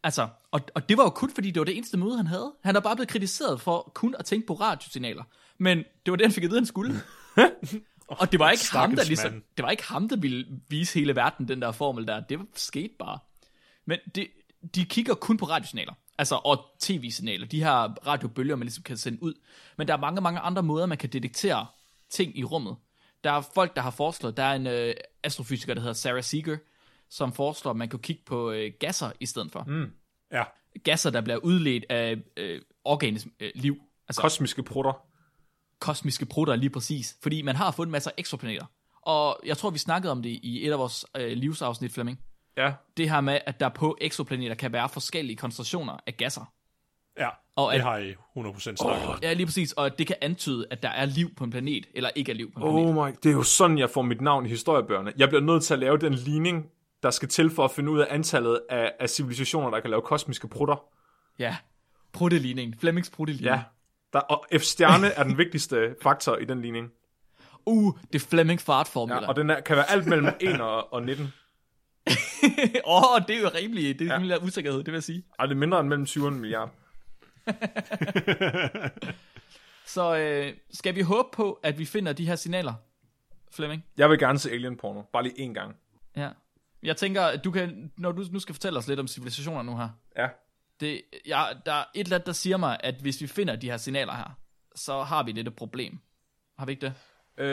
Altså, og det var jo kun fordi, det var det eneste møde, han havde. Han er bare blevet kritiseret for kun at tænke på radiosignaler. Men det var det, han fik at vide, han skulle. Og det var ikke ham, der ligesom, det var ikke ham, der ville vise hele verden den der formel der. Det skete bare. Men de kigger kun på radiosignaler. Altså, og tv-signaler. De her radiobølger, man ligesom kan sende ud. Men der er mange, mange andre måder, man kan detektere ting i rummet. Der er folk, der har foreslået. Der er en astrofysiker, der hedder Sarah Seeger, som foreslår, at man kan kigge på gasser i stedet for. Ja. Gasser, der bliver udledt af organisk liv. Altså Kosmiske prutter. Kosmiske prutter, lige præcis. Fordi man har fundet masser af eksoplaneter. Og jeg tror, vi snakkede om det i et af vores livsafsnit, Flemming. Ja. Det her med, at der på eksoplaneter kan være forskellige koncentrationer af gasser. Ja, og det har I 100% snakket om. Ja, lige præcis. Og det kan antyde, at der er liv på en planet, eller ikke er liv på en planet. Det er jo sådan, jeg får mit navn i historiebøgerne. Jeg bliver nødt til at lave den ligning, der skal til for at finde ud af antallet af civilisationer, der kan lave kosmiske prutter. Ja, prutteligning. Flemmings prutteligning. Ja, og F-stjerne er den vigtigste faktor i den ligning. Det er Flemming fartformula. Ja, og den kan være alt mellem 1 og 19. Det er jo rimelig, det er rimelig usikkerhed, det vil jeg sige. Det er mindre end mellem 20 og en milliard. Så skal vi håbe på, at vi finder de her signaler, Flemming? Jeg vil gerne se alien porno, bare lige en gang. Ja. Jeg tænker, at du kan, når du nu skal fortælle os lidt om civilisationer nu her. Ja. Der er et eller andet, der siger mig, at hvis vi finder de her signaler her, så har vi lidt et problem. Har vi ikke det?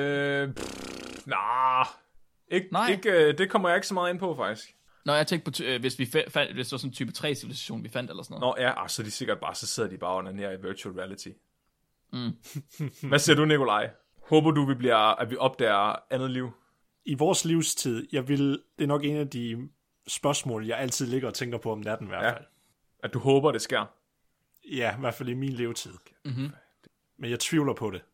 Ikke, det kommer jeg ikke så meget ind på, faktisk. Nå, jeg tænkte på, hvis det var sådan en type 3 civilisation, vi fandt eller sådan noget. Nå ja, så de sikkert bare, så sidder de bare under nær i virtual reality. Hvad siger du, Nikolaj? Håber du, at vi opdager andet liv? I vores livstid, det er nok en af de spørgsmål, jeg altid ligger og tænker på om natten i hvert fald. At du håber, det sker? Ja, i hvert fald i min levetid. Mm-hmm. Men jeg tvivler på det.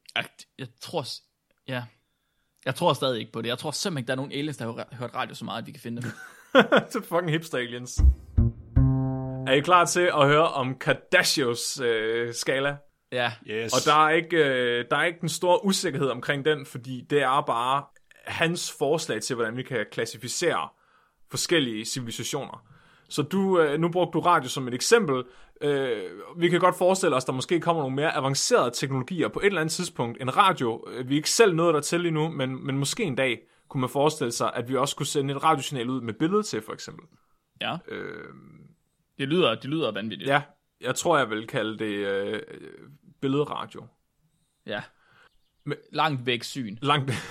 Jeg tror stadig ikke på det. Jeg tror simpelthen ikke, der er nogen aliens, der har hørt radio så meget, at vi kan finde dem. Det er fucking hipster aliens. Er I klar til at høre om Kardashios skala? Ja. Yes. Og der er ikke den store usikkerhed omkring den, fordi det er bare hans forslag til, hvordan vi kan klassificere forskellige civilisationer. Så nu brugte du radio som et eksempel. Vi kan godt forestille os, at der måske kommer nogle mere avancerede teknologier på et eller andet tidspunkt. En radio, vi er ikke selv nået dertil endnu, men måske en dag kunne man forestille sig, at vi også kunne sende et radiosignal ud med billede til, for eksempel. Ja. Det lyder vanvittigt. Ja, jeg tror, jeg vil kalde det billederadio. Ja. Langt væk syn. Langt væk.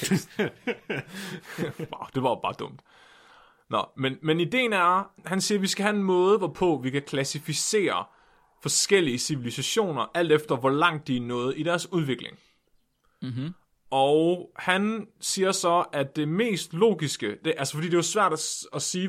Wow, det var jo bare dumt. Nå, men ideen er, han siger, at vi skal have en måde, hvorpå vi kan klassificere forskellige civilisationer, alt efter hvor langt de er nået i deres udvikling. Mm-hmm. Og han siger så, at det mest logiske, fordi det er jo svært at sige,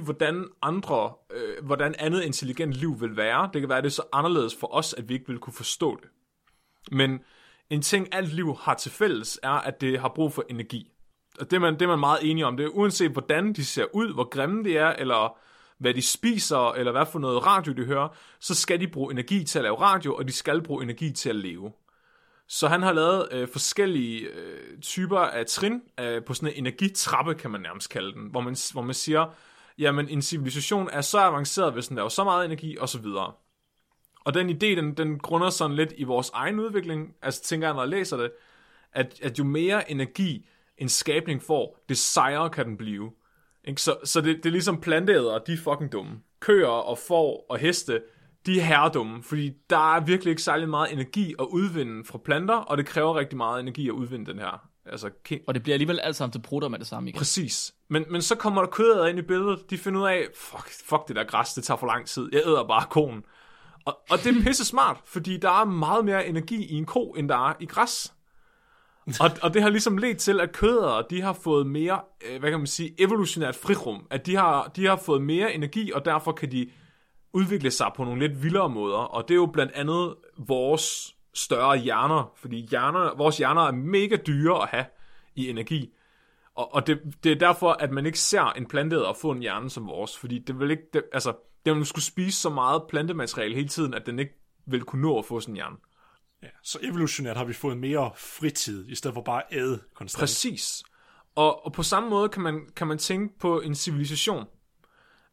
hvordan andet intelligent liv vil være. Det kan være, at det er så anderledes for os, at vi ikke vil kunne forstå det. Men en ting, alt liv har til fælles, er, at det har brug for energi. Og det er man meget enige om. Det er uanset, hvordan de ser ud, hvor grimme de er, eller hvad de spiser, eller hvad for noget radio de hører, så skal de bruge energi til at lave radio, og de skal bruge energi til at leve. Så han har lavet forskellige typer af trin på sådan en energitrappe, kan man nærmest kalde den, hvor man siger, jamen en civilisation er så avanceret, hvis den laver så meget energi, og så videre. Og den idé, den grunder sådan lidt i vores egen udvikling, altså tænker jeg, når jeg læser det, at jo mere energi en skabning får, det sejere kan den blive. Ikke? Så det er ligesom planteædere, de er fucking dumme. Køer og får og heste, de er herredumme, fordi der er virkelig ikke særlig meget energi at udvinde fra planter, og det kræver rigtig meget energi at udvinde den her. Altså, og det bliver alligevel alt sammen til prutter med det samme igen. Præcis. Men så kommer der kødædere ind i billedet, de finder ud af, fuck det der græs, det tager for lang tid, jeg æder bare koen. Og det er pisse smart, fordi der er meget mere energi i en ko, end der er i græs. Og det har ligesom ledt til, at kødædere, de har fået mere, hvad kan man sige, evolutionært frirum. At de har fået mere energi, og derfor kan de udvikle sig på nogle lidt vildere måder. Og det er jo blandt andet vores større hjerner, fordi vores hjerner er mega dyre at have i energi. Og det er derfor, at man ikke ser en planteæder få en hjerne som vores, fordi det vil ikke, den vil skulle spise så meget plantemateriale hele tiden, at den ikke vil kunne nå at få sådan en hjerne. Ja, så evolutionært har vi fået mere fritid, i stedet for bare at æde konstant. Præcis. Og på samme måde kan man tænke på en civilisation.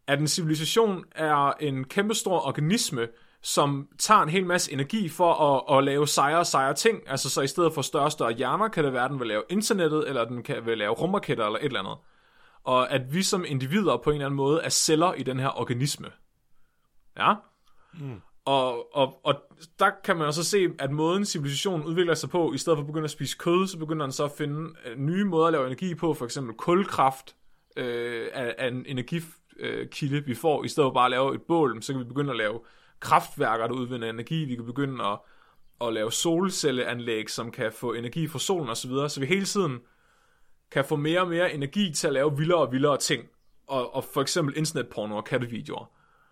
at en civilisation er en kæmpestor organisme, som tager en hel masse energi for at lave sejre ting. Altså så i stedet for større hjerner, kan det være, at den vil lave internettet, eller den vil lave rumraketter, eller et eller andet. Og at vi som individer på en eller anden måde er celler i den her organisme. Ja? Og der kan man også se, at måden civilisationen udvikler sig på, i stedet for at begynde at spise kød, så begynder den så at finde nye måder at lave energi på, for eksempel kulkraft af en energikilde, vi får, i stedet for bare at lave et bål, så kan vi begynde at lave kraftværker, der udvinder energi, vi kan begynde at lave solcelleanlæg, som kan få energi fra solen osv., så vi hele tiden kan få mere og mere energi til at lave vildere og vildere ting, og for eksempel internetporno og kattevideoer.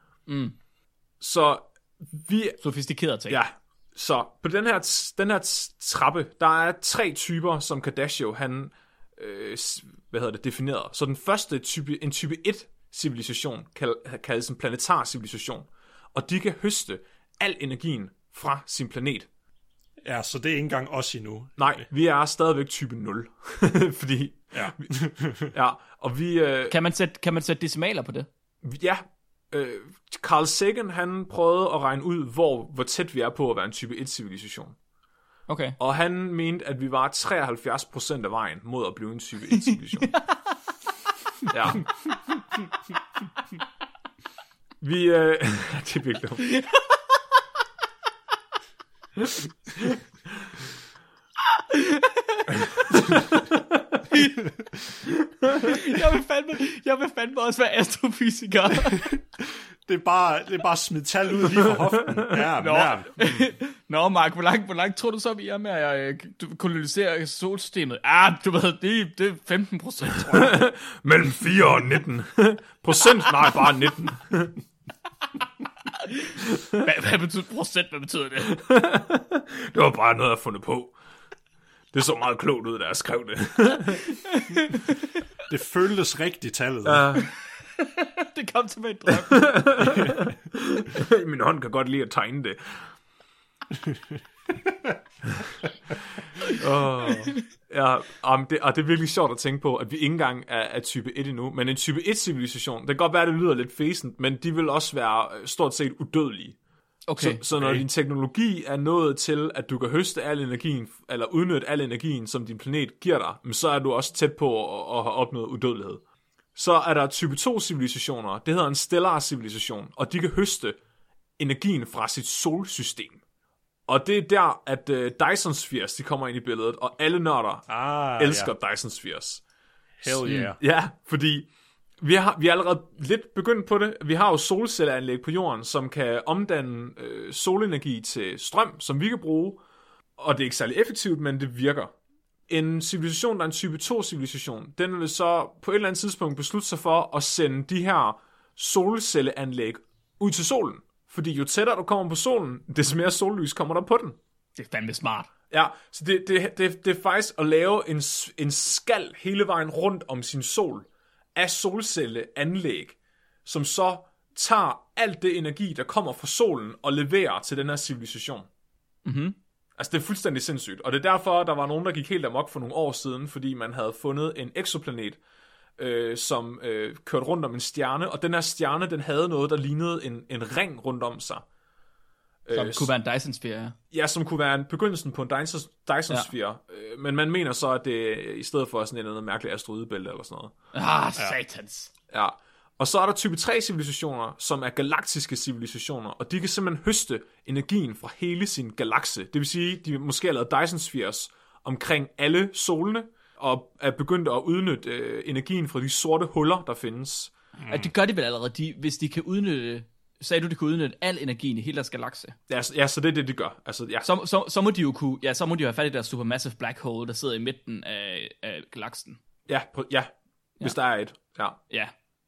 Så vi... Sofistikeret ting. Ja, så på den her trappe, der er 3 typer, som Kardashev, han definerede. Så den første en type 1 civilisation kaldes en planetar civilisation, og de kan høste al energien fra sin planet. Ja, så det er ikke engang os endnu. Nej, vi er stadigvæk type 0. Fordi... Ja. Ja, og vi... Kan man sætte decimaler på det? Ja, Carl Sagan, han prøvede at regne ud, hvor tæt vi er på at være en type 1-civilisation. Okay. Og han mente, at vi var 73% af vejen mod at blive en type 1-civilisation. Ja. Vi... det er virkelig dumt. Jeg vil fandme også være astrofysiker. Det er bare smidt tal ud lige for hoften. Ja, Nå, Mark, hvor langt tror du så, vi er med at kolonisere solsystemet? Du ved, det er 15%, tror jeg. Mellem 4 og 19. Procent? Nej, bare 19. Hvad betyder procent? Hvad betyder det? Det var bare noget, jeg har fundet på. Det så meget klogt ud, da jeg skrev det. Det føltes rigtigt, tallet. Det kom til mig en drøm. Min hånd kan godt lide at tegne det. Det er virkelig sjovt at tænke på, at vi ikke engang er type 1 endnu, men en type 1-civilisation, det kan godt være, at det lyder lidt fæsent, men de vil også være stort set udødelige. Okay. Så når din teknologi er nået til, at du kan høste al energien, eller udnytte al energien, som din planet giver dig, så er du også tæt på at have opnået udødelighed. Så er der type 2-civilisationer, det hedder en stellar civilisation, og de kan høste energien fra sit solsystem. Og det er der, at Dyson Spheres, de kommer ind i billedet, og alle nørder elsker Dyson Spheres. Hell yeah. Ja, fordi vi er allerede lidt begyndt på det. Vi har jo solcelleanlæg på jorden, som kan omdanne solenergi til strøm, som vi kan bruge. Og det er ikke særlig effektivt, men det virker. En civilisation, der er en type 2-civilisation, den vil så på et eller andet tidspunkt beslutte sig for at sende de her solcelleanlæg ud til solen. Fordi jo tættere du kommer på solen, des mere sollys kommer der på den. Det er fandme smart. Ja, så det er faktisk at lave en skal hele vejen rundt om sin sol af solcelleanlæg, som så tager alt det energi, der kommer fra solen, og leverer til den her civilisation. Mhm. Altså, det er fuldstændig sindssygt. Og det er derfor, der var nogen, der gik helt amok for nogle år siden, fordi man havde fundet en exoplanet, som kørte rundt om en stjerne, og den her stjerne, den havde noget, der lignede en ring rundt om sig. Som kunne være en Dyson-sfære, ja. Ja, som kunne være begyndelsen på en Dyson-sfære. Ja. Men man mener så, at det i stedet for sådan et eller andet mærkeligt asteroidebælte eller sådan noget. Satans. Ja. Og så er der type 3-civilisationer, som er galaktiske civilisationer, og de kan simpelthen høste energien fra hele sin galakse. Det vil sige, de måske har lavet Dyson-spheres omkring alle solene, og er begyndt at udnytte energien fra de sorte huller, der findes. Ja, det gør de vel allerede, hvis de kan udnytte... Sagde du, de kunne udnytte al energien i hele deres galakse? Ja, så det er det, de gør. Altså, ja. Så må de jo kunne... Ja, så må de jo have fat i deres supermassive black hole, der sidder i midten af galaksen. Ja, hvis der er et. Ja.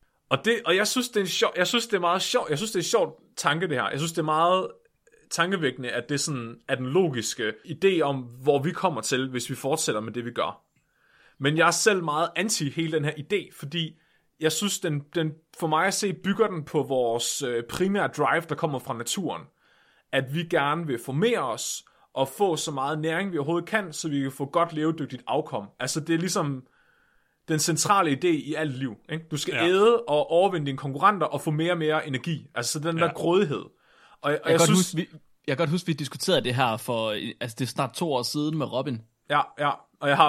Og jeg synes, det er meget sjovt. Jeg synes, det er en sjov tanke, det her. Jeg synes, det er meget tankevækkende, at det sådan er den logiske idé om, hvor vi kommer til, hvis vi fortsætter med det, vi gør. Men jeg er selv meget anti hele den her idé, fordi jeg synes, den for mig at se, bygger den på vores primære drive, der kommer fra naturen. At vi gerne vil formere os, og få så meget næring, vi overhovedet kan, så vi kan få godt levedygtigt afkom. Altså, det er ligesom... den centrale idé i alt liv. Ikke? Du skal æde og overvinde dine konkurrenter og få mere og mere energi. Altså den der grådighed. Og jeg synes... Jeg kan godt huske, vi diskuterede det her for, altså det er snart 2 år siden med Robin. Ja, og jeg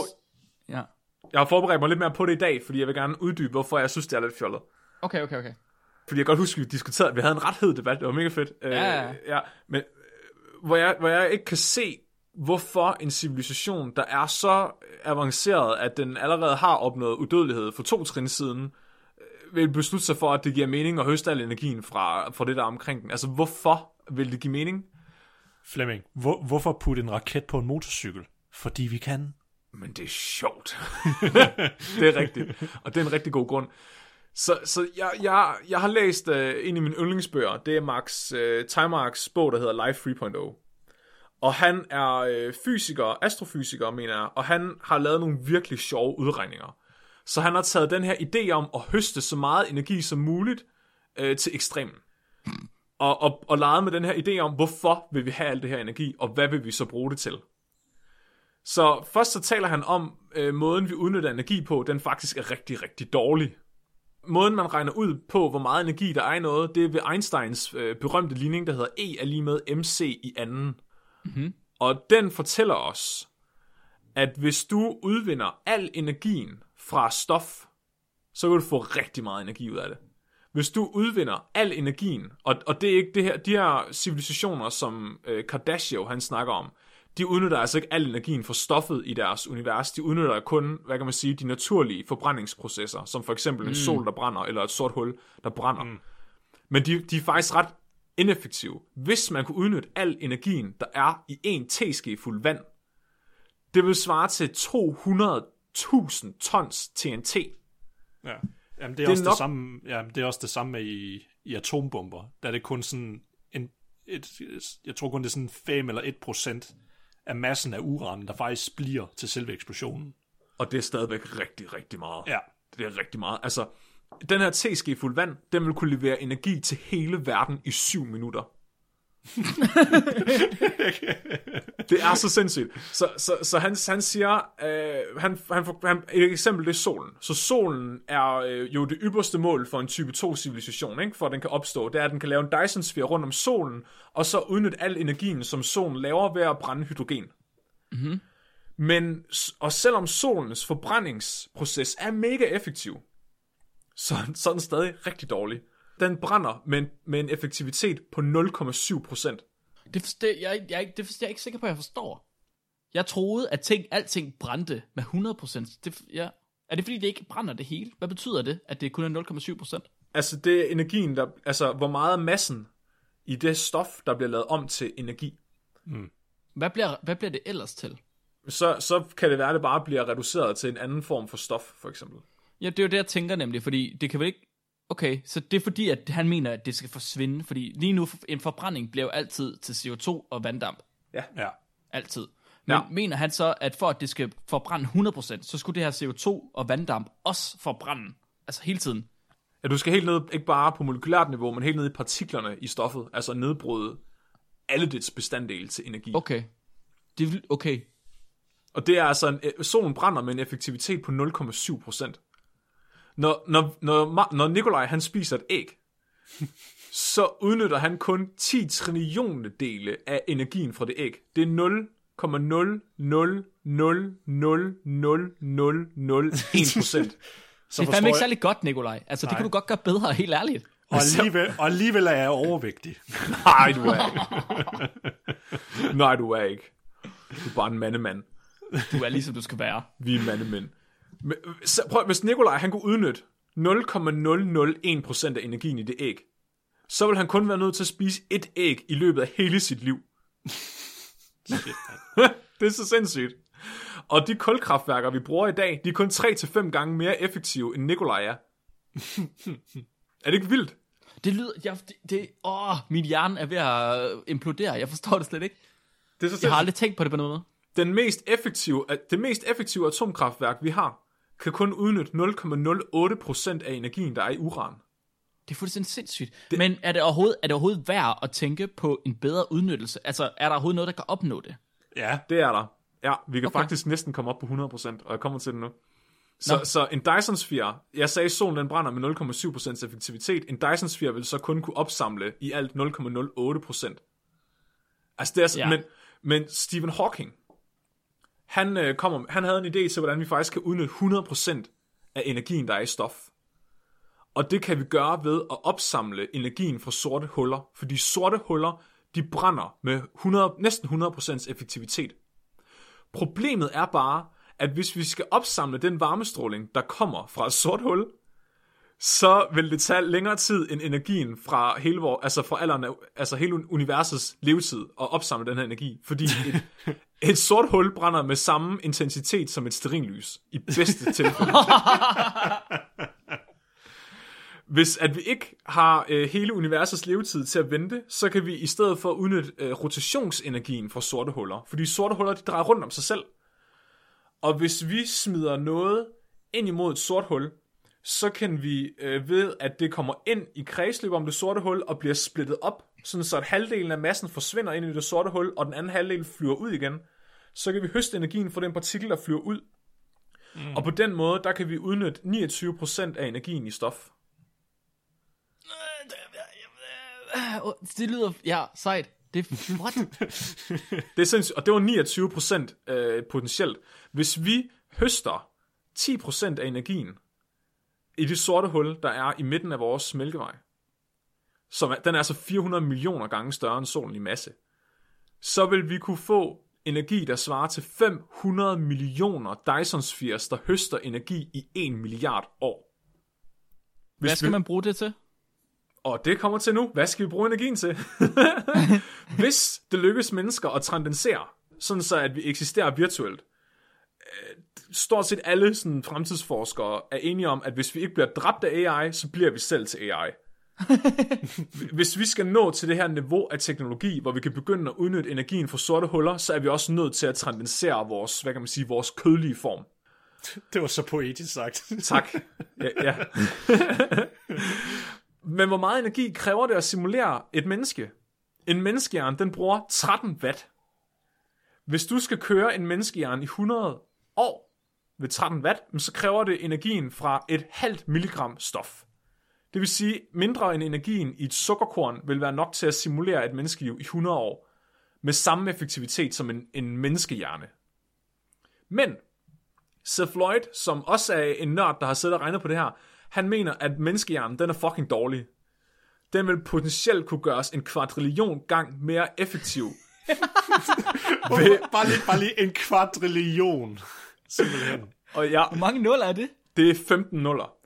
har forberedt mig lidt mere på det i dag, fordi jeg vil gerne uddybe, hvorfor jeg synes, det er lidt fjollet. Okay. Fordi jeg kan godt huske, vi diskuterede, at vi havde en ret hed debat, det var mega fedt. Ja, men hvor jeg ikke kan se, hvorfor en civilisation, der er så avanceret, at den allerede har opnået udødelighed for 2 trin siden, vil beslutte sig for, at det giver mening at høste al energien fra det der omkring den. Altså, hvorfor vil det give mening? Flemming, hvorfor putte en raket på en motorcykel? Fordi vi kan. Men det er sjovt. Det er rigtigt. Og det er en rigtig god grund. Så jeg har læst en af mine yndlingsbøger. Det er Timarks bog, der hedder Life 3.0. Og han er astrofysiker, mener jeg. Og han har lavet nogle virkelig sjove udregninger. Så han har taget den her idé om at høste så meget energi som muligt til ekstremen. Og leget med den her idé om, hvorfor vil vi have al det her energi, og hvad vil vi så bruge det til. Så først så taler han om, måden vi udnytter energi på, den faktisk er rigtig, rigtig dårlig. Måden man regner ud på, hvor meget energi der er i noget, det er ved Einsteins berømte ligning, der hedder E er lige med MC i anden. Mm-hmm. Og den fortæller os, at hvis du udvinder al energien fra stof, så vil du få rigtig meget energi ud af det. Hvis du udvinder al energien, og det er ikke det her, de her civilisationer, som Kardashev han snakker om, de udnytter altså ikke al energien fra stoffet i deres univers. De udnytter kun, hvad kan man sige, de naturlige forbrændingsprocesser, som for eksempel en sol, der brænder, eller et sort hul, der brænder. Men de er faktisk ret ineffektive. Hvis man kunne udnytte al energien, der er i en teskefuld vand, det vil svare til 200.000 tons TNT. Ja. Jamen, det er også det samme. Ja, det er også det samme med i atombomber. Der er det kun sådan jeg tror kun det er sådan 5 eller 1% af massen af uran, der faktisk bliver til selve eksplosionen. Og det er stadigvæk rigtig, rigtig meget. Ja. Det er rigtig meget. Altså, den her teskefuld vand, den vil kunne levere energi til hele verden i 7 minutter. Det er så sindssygt. Så han siger, et eksempel, det er solen. Så solen er jo det ypperste mål for en type 2 civilisation, ikke? For at den kan opstå. Det er, at den kan lave en Dyson-sfære rundt om solen, og så udnytte al energien, som solen laver ved at brænde hydrogen. Mm-hmm. Men, og selvom solens forbrændingsproces er mega effektiv, så er den stadig rigtig dårlig. Den brænder med en effektivitet på 0,7%. Det er jeg ikke sikker på, at jeg forstår. Jeg troede, at alting brændte med 100%. Er det fordi, det ikke brænder det hele? Hvad betyder det, at det kun er 0,7%? Altså, det er energien, hvor meget af massen i det stof, der bliver lavet om til energi. Mm. Hvad bliver det ellers til? Så kan det være, at det bare bliver reduceret til en anden form for stof, for eksempel. Ja, det er jo det, jeg tænker nemlig, fordi det kan vel ikke... Okay, så det er fordi, at han mener, at det skal forsvinde, fordi lige nu, en forbrænding bliver jo altid til CO2 og vanddamp. Ja. Altid. Men mener han så, at for at det skal forbrænde 100%, så skulle det her CO2 og vanddamp også forbrænde, altså hele tiden? Ja, du skal helt ned, ikke bare på molekylært niveau, men helt ned i partiklerne i stoffet, altså nedbryde alle dets bestanddele til energi. Okay. Okay. Og det er altså, solen brænder med en effektivitet på 0,7%. Når Nikolaj han spiser et æg, så udnytter han kun 10 trillionedele af energien fra det æg. Det er 0,0000001%. Det er fandme ikke særlig godt, Nikolaj. Altså, det kan du godt gøre bedre, helt ærligt. Og alligevel er jeg overvægtig. Nej, du er ikke. Nej, du er ikke. Du er bare en mandemand. Du er ligesom du skal være. Vi er mandemænd. Prøv, hvis Nikolaj han kunne udnytte 0,001% af energien i det æg, så vil han kun være nødt til at spise et æg i løbet af hele sit liv. Det er så sindssygt. Og de kulkraftværker, vi bruger i dag, de er kun 3-5 gange mere effektive, end Nikolaj er. Er det ikke vildt? Det lyder... min hjerne er ved at implodere. Jeg forstår det slet ikke. Det er så jeg har aldrig tænkt på det på noget. Det mest effektive atomkraftværk, vi har, kan kun udnytte 0,08% af energien, der er i uran. Det er fuldstændig sindssygt. Men er det overhovedet værd at tænke på en bedre udnyttelse? Altså, er der overhovedet noget, der kan opnå det? Ja, det er der. Ja, vi kan faktisk næsten komme op på 100%, og jeg kommer til det nu. Så en Dyson-sfære, jeg sagde, solen den brænder med 0,7% effektivitet. En Dyson-sfære vil så kun kunne opsamle i alt 0,08%. Altså det er så, men Stephen Hawking, han havde en idé til, hvordan vi faktisk kan udnytte 100% af energien, der er i stof. Og det kan vi gøre ved at opsamle energien fra sorte huller, fordi sorte huller, de brænder med næsten 100% effektivitet. Problemet er bare, at hvis vi skal opsamle den varmestråling, der kommer fra et sort hul, så vil det tage længere tid end energien fra hele universets levetid at opsamle den her energi, fordi et sort hul brænder med samme intensitet som et stearinlys i bedste tilfælde. Hvis at vi ikke har hele universets levetid til at vente, så kan vi i stedet for udnytte rotationsenergien fra sorte huller, fordi sorte huller de drejer rundt om sig selv. Og hvis vi smider noget ind imod et sort hul, så kan vi ved, at det kommer ind i kredsløbet om det sorte hul og bliver splittet op, sådan så at halvdelen af massen forsvinder ind i det sorte hul, og den anden halvdel flyver ud igen. Så kan vi høste energien fra den partikel, der flyver ud. Og på den måde, der kan vi udnytte 29% af energien i stof. Det lyder, sejt. Det er what? Det er sindssygt, og det var 29% potentielt. Hvis vi høster 10% af energien i det sorte hul, der er i midten af vores mælkevej, så den er altså 400 millioner gange større end solen i masse, så vil vi kunne få energi, der svarer til 500 millioner Dyson-spheres, der høster energi i 1 milliard år. Hvad skal man bruge det til? Og det kommer til nu. Hvad skal vi bruge energien til? Hvis det lykkes mennesker at transcendere, sådan så at vi eksisterer virtuelt, stort set alle sådan, fremtidsforskere er enige om, at hvis vi ikke bliver dræbt af AI, så bliver vi selv til AI. Hvis vi skal nå til det her niveau af teknologi, hvor vi kan begynde at udnytte energien fra sorte huller, så er vi også nødt til at transcendere vores kødlige form. Det var så poetisk sagt. Tak. Ja. Men hvor meget energi kræver det at simulere et menneske? En menneskehjerne, den bruger 13 watt. Hvis du skal køre en menneskehjerne i 100 år ved 13 watt, så kræver det energien fra et halvt milligram stof. Det vil sige, mindre end energien i et sukkerkorn vil være nok til at simulere et menneskeliv i 100 år, med samme effektivitet som en menneskehjerne. Men Seth Lloyd, som også er en nørd, der har siddet og regnet på det her, han mener, at menneskehjernen, den er fucking dårlig. Den vil potentielt kunne gøres en kvadrillion gang mere effektiv. bare lige en kvadrillion. Simpelthen. Og ja, hvor mange nuller er det? Det er 15 nuller.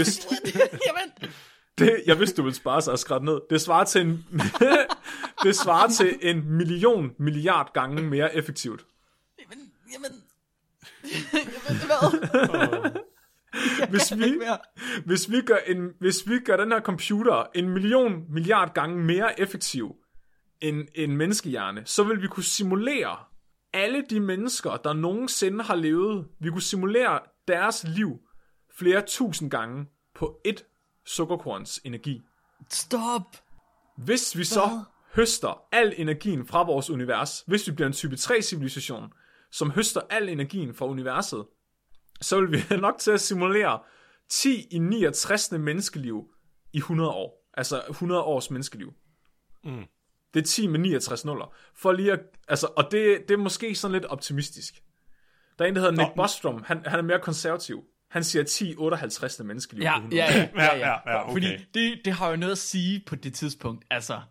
Jeg vidste, du ville spare sig og skrætte ned. Det svarer til en milliard gange mere effektivt. Jamen, hvad? Hvis vi gør den her computer en milliard gange mere effektiv end en menneskehjerne, så vil vi kunne simulere alle de mennesker, der nogensinde har levet. Vi kunne simulere deres liv flere tusind gange på et sukkerkorns energi. Stop! Hvis vi så høster al energien fra vores univers, hvis vi bliver en type 3-civilisation, som høster al energien fra universet, så vil vi have nok til at simulere 10 i 69. menneskeliv i 100 år. Altså 100 års menneskeliv. Mm. Det er 10 med 69 nuller. For lige at, og det er måske sådan lidt optimistisk. Der er en, der hedder Nick Bostrom. Han er mere konservativ. Han siger 10 58. menneskeliv. Ja, okay. Fordi det har jo noget at sige på det tidspunkt. Altså.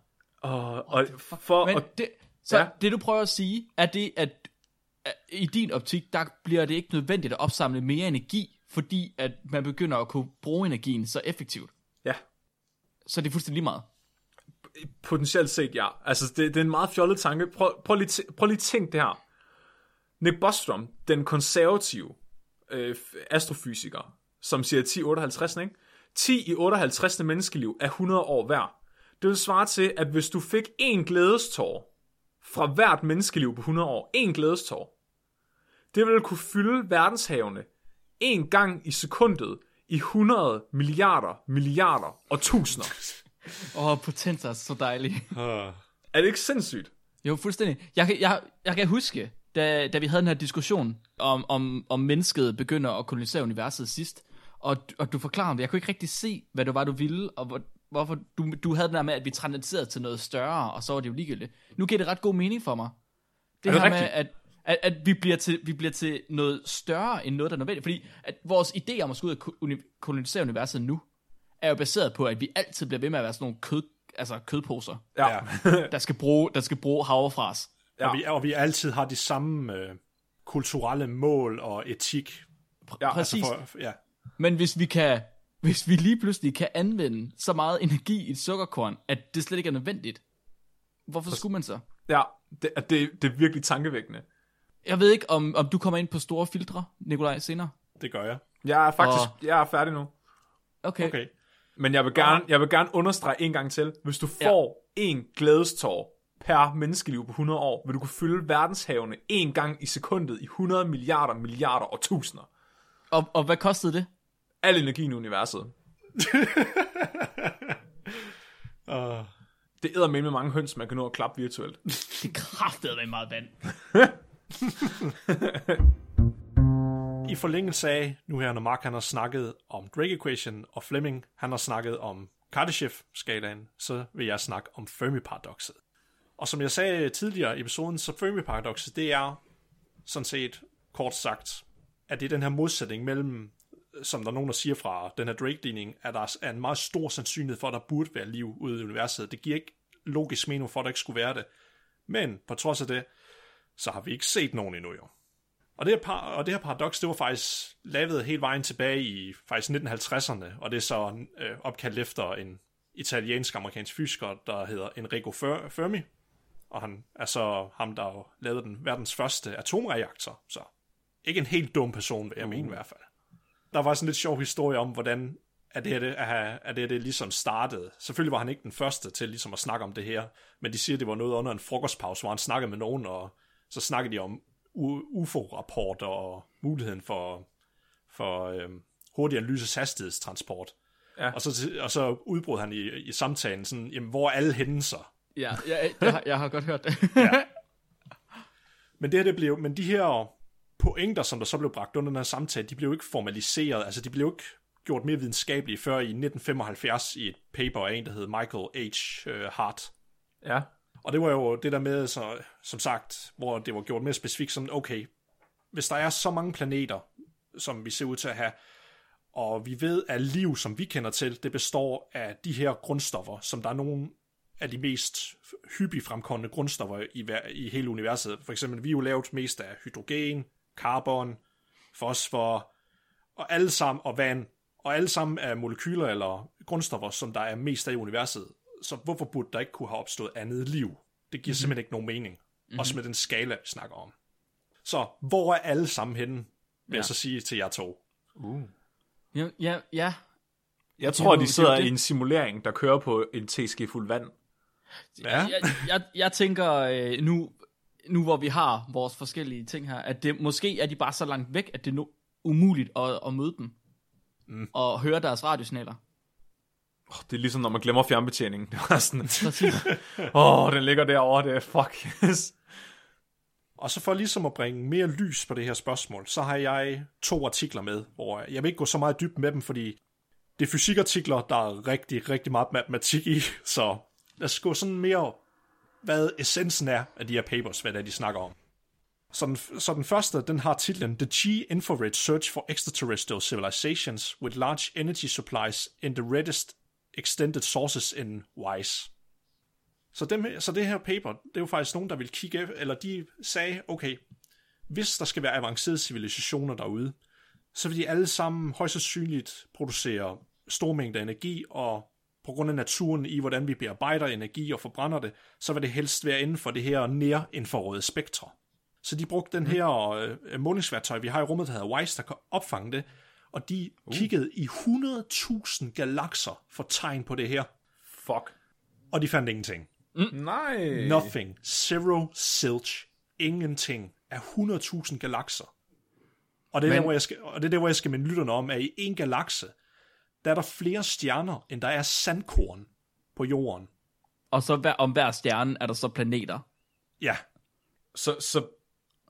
Det du prøver at sige, er det, at i din optik, der bliver det ikke nødvendigt at opsamle mere energi, fordi at man begynder at kunne bruge energien så effektivt. Ja. Så det er fuldstændig lige meget. Potentielt set, ja. Altså, det er en meget fjollet tanke. Prøv lige tænk det her. Nick Bostrom, den konservative astrofysiker, som siger 10 58, ikke? 10 i 58. menneskeliv er 100 år hver. Det vil svare til, at hvis du fik en glædestår fra hvert menneskeliv på 100 år, en glædestår, det ville kunne fylde verdenshavene en gang i sekundet i 100 milliarder og tusinder. Potenser er så dejligt. Er det ikke sindssygt? Jo, fuldstændig. Jeg kan huske, da vi havde den her diskussion om mennesket begynder at kolonisere universet sidst, og du forklarede det, jeg kunne ikke rigtig se, hvad det var, du ville, og hvorfor du havde den der med, at vi transcenderede til noget større, og så var det jo ligegyldigt. Nu giver det ret god mening for mig. Det her med, at vi bliver til noget større end noget, der er nødvendigt. Fordi at vores idé om at skulle ud og kolonisere universet nu, er jo baseret på, at vi altid bliver ved med at være sådan nogle kødposer, der skal bruge havrefras. Ja. Og vi altid har de samme kulturelle mål og etik. Ja, præcis. Ja. Men hvis vi lige pludselig kan anvende så meget energi i et sukkerkorn, at det slet ikke er nødvendigt, hvorfor skulle man så? Ja, det er virkelig tankevækkende. Jeg ved ikke, om du kommer ind på store filtre, Nikolaj, senere. Det gør jeg. Jeg er færdig nu. Okay. Men jeg vil gerne understrege en gang til. Hvis du får en glædestår per menneskeliv på 100 år, vil du kunne fylde verdenshavene en gang i sekundet i 100 milliarder og tusinder. Og hvad kostede det? Al energien i universet. Det æder med mange høns, man kan nå at klappe virtuelt. Det kraftede med meget vand. I forlængelse af, nu her når Mark han har snakket om Drake Equation, og Fleming han har snakket om Kardashev-skalaen, så vil jeg snakke om Fermi-paradokset. Og som jeg sagde tidligere i episoden, så Fermi-paradokset, det er sådan set kort sagt, at det er den her modsætning mellem, som der er nogen, der siger fra den her Drake-ligning, at der er en meget stor sandsynlighed for, at der burde være liv ude i universet. Det giver ikke logisk mening for, at der ikke skulle være det. Men på trods af det, så har vi ikke set nogen endnu jo. Og det her paradoks, det var faktisk lavet helt vejen tilbage i faktisk 1950'erne, og det er så opkaldt efter en italiensk-amerikansk fysiker, der hedder Enrico Fermi, og han er så ham, der lavede den verdens første atomreaktor, så ikke en helt dum person, vil jeg mene i hvert fald. Der var sådan en lidt sjov historie om, hvordan det ligesom startede. Selvfølgelig var han ikke den første til ligesom at snakke om det her, men de siger, at det var noget under en frokostpause, hvor han snakkede med nogen, og så snakkede de om UFO-rapporter og muligheden for hurtig analyses hastighedstransport. Ja. Og så udbrød han i samtalen sådan, jamen, hvor er alle hændelser? Ja, jeg har godt hørt det. Ja. Men de her pointer, som der så blev bragt under den her samtale, de blev ikke formaliseret, altså de blev ikke gjort mere videnskabelige før i 1975 i et paper af en, der hed Michael H. Hart. Ja. Og det var jo det der med, så, som sagt, hvor det var gjort mere specifikt, som okay, hvis der er så mange planeter, som vi ser ud til at have, og vi ved, at liv, som vi kender til, det består af de her grundstoffer, som der er nogle af de mest hyppigt fremkommende grundstoffer i hele universet. For eksempel, vi er jo lavet mest af hydrogen, carbon, fosfor, og alle sammen, og vand, og alle sammen er molekyler eller grundstoffer, som der er mest af i universet. Så hvorfor burde der ikke kunne have opstået andet liv? Det giver simpelthen ikke nogen mening. Også med den skala, vi snakker om. Så hvor er alle sammen henne, vil jeg så sige til jer to? Ja. Jeg tror, de sidder i en simulering, der kører på en teske fuld vand. Ja. Jeg tænker, nu hvor vi har vores forskellige ting her, at det måske er de bare så langt væk, at det er umuligt at møde dem. Og høre deres radiosignaler. Det er ligesom, når man glemmer fjernbetjeningen. Det var sådan, præcis. Den ligger derovre, det er fuck yes. Og så for ligesom at bringe mere lys på det her spørgsmål, så har jeg 2 artikler med, hvor jeg vil ikke gå så meget dybt med dem, fordi det er fysikartikler, der er rigtig, rigtig meget matematik i, så lad os gå sådan mere, hvad essensen er af de her papers, hvad det er, de snakker om. Så den første, den har titlen The G-Infrared Search for Extraterrestrial Civilizations with Large Energy Supplies in the Reddest Extended Sources in WISE. Så det her paper, det er jo faktisk nogen, der vil kigge, eller de sagde, okay, hvis der skal være avancerede civilisationer derude, så vil de alle sammen højst sandsynligt producere store mængder energi, og på grund af naturen i, hvordan vi bearbejder energi og forbrænder det, så vil det helst være inden for det her nær-infrarøde spektre. Så de brugte den her målingsværktøj, vi har i rummet, der hedder WISE, der kan opfange det, og de kiggede i 100.000 galakser for tegn på det her. Fuck. Og de fandt ingenting. Nej. Nothing. Zero zilch. Ingenting af 100.000 galakser. Og det er der, hvor jeg skal minde lytterne om, at i en galakse, der er der flere stjerner, end der er sandkorn på jorden. Og så om hver stjerne er der så planeter. Ja. Så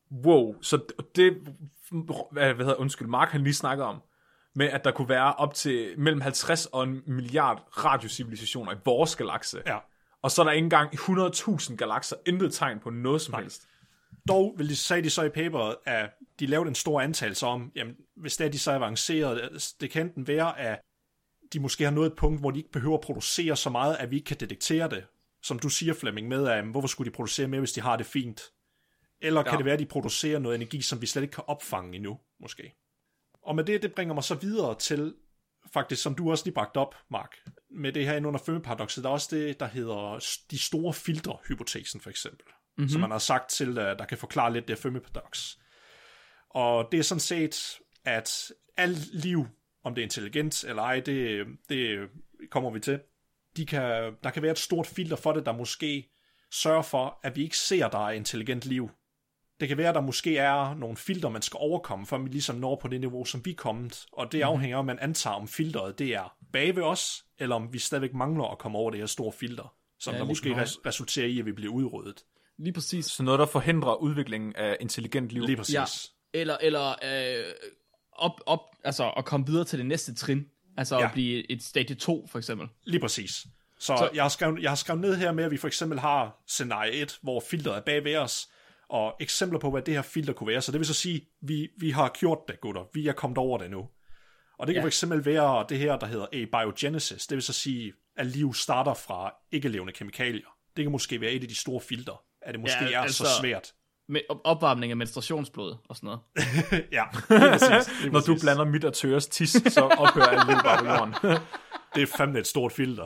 Wow, så det, Mark han lige snakker om, med at der kunne være op til mellem 50 og en milliard radiocivilisationer i vores galakse. Ja. Og så er der ikke engang 100.000 galakser, intet tegn på noget som helst. Dog vil sagde de så i paperet, at de lavede en stor antagelse om, jamen, hvis det er de så avancerede, det kan enten være, at de måske har nået et punkt, hvor de ikke behøver at producere så meget, at vi ikke kan detektere det. Som du siger, Flemming, med, at hvorfor skulle de producere mere, hvis de har det fint? Eller kan det være, at de producerer noget energi, som vi slet ikke kan opfange endnu, måske? Og med det bringer mig så videre til, faktisk, som du også lige bragte op, Mark, med det her ind under Fermi-paradokset, der er også det, der hedder de store filtre-hypotesen, for eksempel. Mm-hmm. Som man har sagt til, der kan forklare lidt det der Fermi-paradoks. Og det er sådan set, at alt liv, om det er intelligent eller ej, det kommer vi til, der kan være et stort filter for det, der måske sørger for, at vi ikke ser, der er intelligent liv. Det kan være, at der måske er nogle filter, man skal overkomme, for at vi ligesom når på det niveau, som vi er kommet. Og det afhænger af, om man antager, om filteret det er bag ved os, eller om vi stadigvæk mangler at komme over det her store filter, som der måske resulterer i, at vi bliver udryddet. Lige præcis. Så noget, der forhindrer udviklingen af intelligent liv. Lige præcis. Ja. Eller altså at komme videre til det næste trin. Altså at blive et stadie 2, for eksempel. Lige præcis. Så jeg har skrevet ned her med, at vi for eksempel har scenarie 1, hvor filteret er bag ved os, og eksempler på, hvad det her filter kunne være. Så det vil så sige, vi har gjort det, gutter. Vi er kommet over det nu. Og det kan for eksempel være det her, der hedder abiogenesis. Det vil så sige, at liv starter fra ikke-levende kemikalier. Det kan måske være et af de store filter, at det måske er så svært. Med opvarmning af menstruationsblod og sådan noget. Ja, lige præcis. Når du blander mit og tøres tis, så ophører alt liv bare på jorden. Det er fandme et stort filter.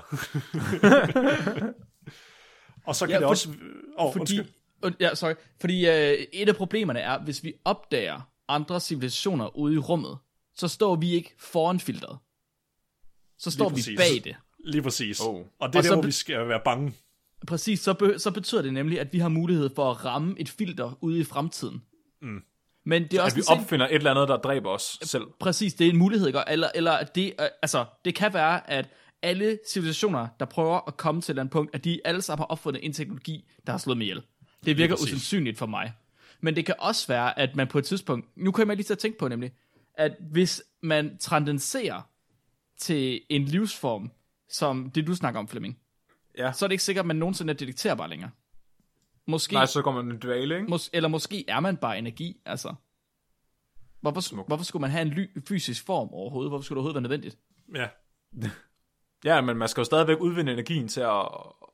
Og så kan det også... Fordi et af problemerne er, hvis vi opdager andre civilisationer ude i rummet, så står vi ikke foran filteret. Så står vi bag det. Lige præcis. Og det er der, hvor vi skal være bange. Præcis, så betyder det nemlig, at vi har mulighed for at ramme et filter ude i fremtiden. Mm. Men det er også at vi opfinder et eller andet, der dræber os selv. Præcis, det er en mulighed, ikke? Eller det, det kan være, at alle civilisationer, der prøver at komme til et eller andet punkt, at de alle sammen har opfundet en teknologi, der har slået med ihjel. Det virker usandsynligt for mig. Men det kan også være, at man på et tidspunkt, nu kan jeg lige til at tænke på nemlig, at hvis man transcenderer til en livsform, som det du snakker om, Flemming, så er det ikke sikkert, at man nogensinde er detekterbar længere. Måske, nej, så kommer man en dvale, ikke? Eller måske er man bare energi, altså. Hvorfor skulle man have en fysisk form overhovedet? Hvorfor skulle det overhovedet være nødvendigt? Ja. Ja, men man skal jo stadigvæk udvinde energien til at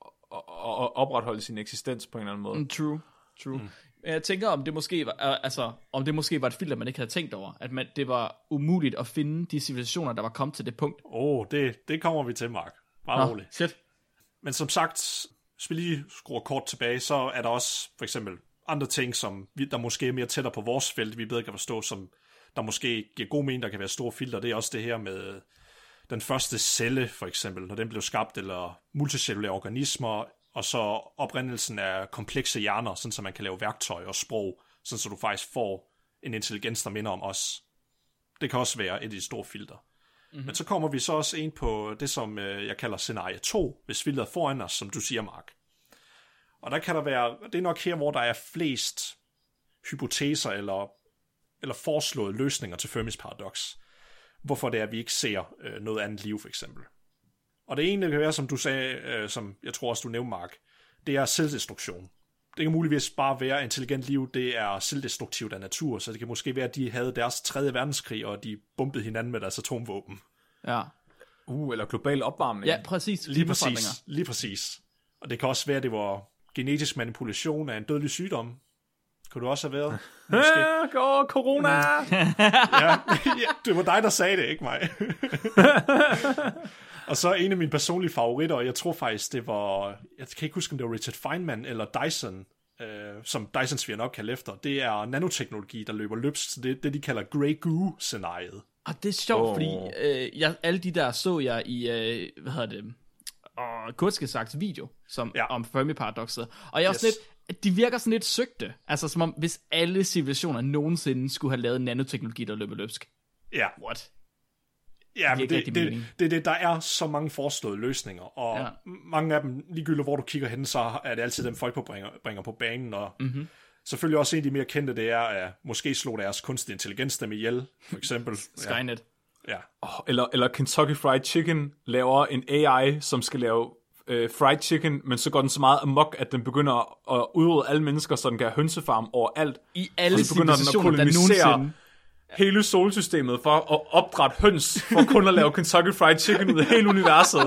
opretholde sin eksistens på en eller anden måde. True. Mm. Jeg tænker, om det måske var et filter, man ikke havde tænkt over. At det var umuligt at finde de civilisationer, der var kommet til det punkt. Det kommer vi til, Mark. Bare roligt. Shit. Men som sagt, hvis vi lige skruer kort tilbage, så er der også for eksempel andre ting, som der måske er mere tættere på vores felt, vi bedre kan forstå, som der måske giver god mening, der kan være store filter. Det er også det her med den første celle, for eksempel, når den blev skabt, eller multicellulære organismer, og så oprindelsen af komplekse hjerner, sådan så man kan lave værktøj og sprog, sådan så du faktisk får en intelligens, der minder om os. Det kan også være et af de store filter. Mm-hmm. Men så kommer vi så også ind på det, som jeg kalder scenarie 2, hvis filteret foran os, som du siger, Mark. Og der kan der være, det er nok her, hvor der er flest hypoteser eller foreslåede løsninger til Fermis paradoks. Hvorfor det er, at vi ikke ser noget andet liv, for eksempel. Og det ene kan være, som du sagde, som jeg tror også, du nævnte, Mark, det er selvdestruktion. Det kan muligvis bare være, at intelligent liv, det er selvdestruktivt af natur, så det kan måske være, at de havde deres 3. verdenskrig, og de bombede hinanden med deres atomvåben. Ja. Eller global opvarmning. Ja, præcis. Lige præcis. Og det kan også være, at det var genetisk manipulation af en dødelig sygdom. Kunne du også have været? Corona! ja, det var dig, der sagde det, ikke mig. Og så en af mine personlige favoritter, og jeg tror faktisk, det var, jeg kan ikke huske, om det var Richard Feynman eller Dyson, som Dyson-sviger nok kalder efter, det er nanoteknologi, der løber løbsk. Det de kalder Grey Goo-scenariet. Og det er sjovt, fordi alle de der så jeg i, Kurtske sagt video, om Fermi-paradokset. Og jeg er også lidt, de virker sådan lidt søgte. Altså som om, hvis alle civilisationer nogensinde skulle have lavet nanoteknologi, der løber løbsk. Ja. What? Ja, men det, der er så mange foreslåede løsninger, og mange af dem, ligegyldigt hvor du kigger hen, så er det altid dem folk bringer på banen, og Selvfølgelig også en af de mere kendte, det er at måske slå deres kunstig intelligens dem ihjel, for eksempel. Skynet. Ja. Eller Kentucky Fried Chicken laver en AI, som skal lave fried chicken, men så går den så meget amok, at den begynder at udrydde alle mennesker, så den kan have hønsefarm overalt. I alle så begynder den at kolonisere hele solsystemet for at opdrætte høns, for kun at lave Kentucky Fried Chicken ud af hele universet.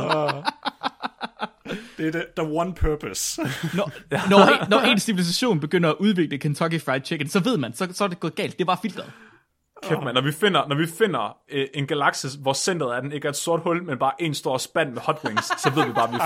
Det er the one purpose. Når en civilisation begynder at udvikle Kentucky Fried Chicken, så ved man, så er det gået galt. Det er bare filtret. Kæft, man. Når vi finder en galakse, hvor centret af den ikke er et sort hul, men bare en stor spand med hot wings, så ved vi bare, at vi er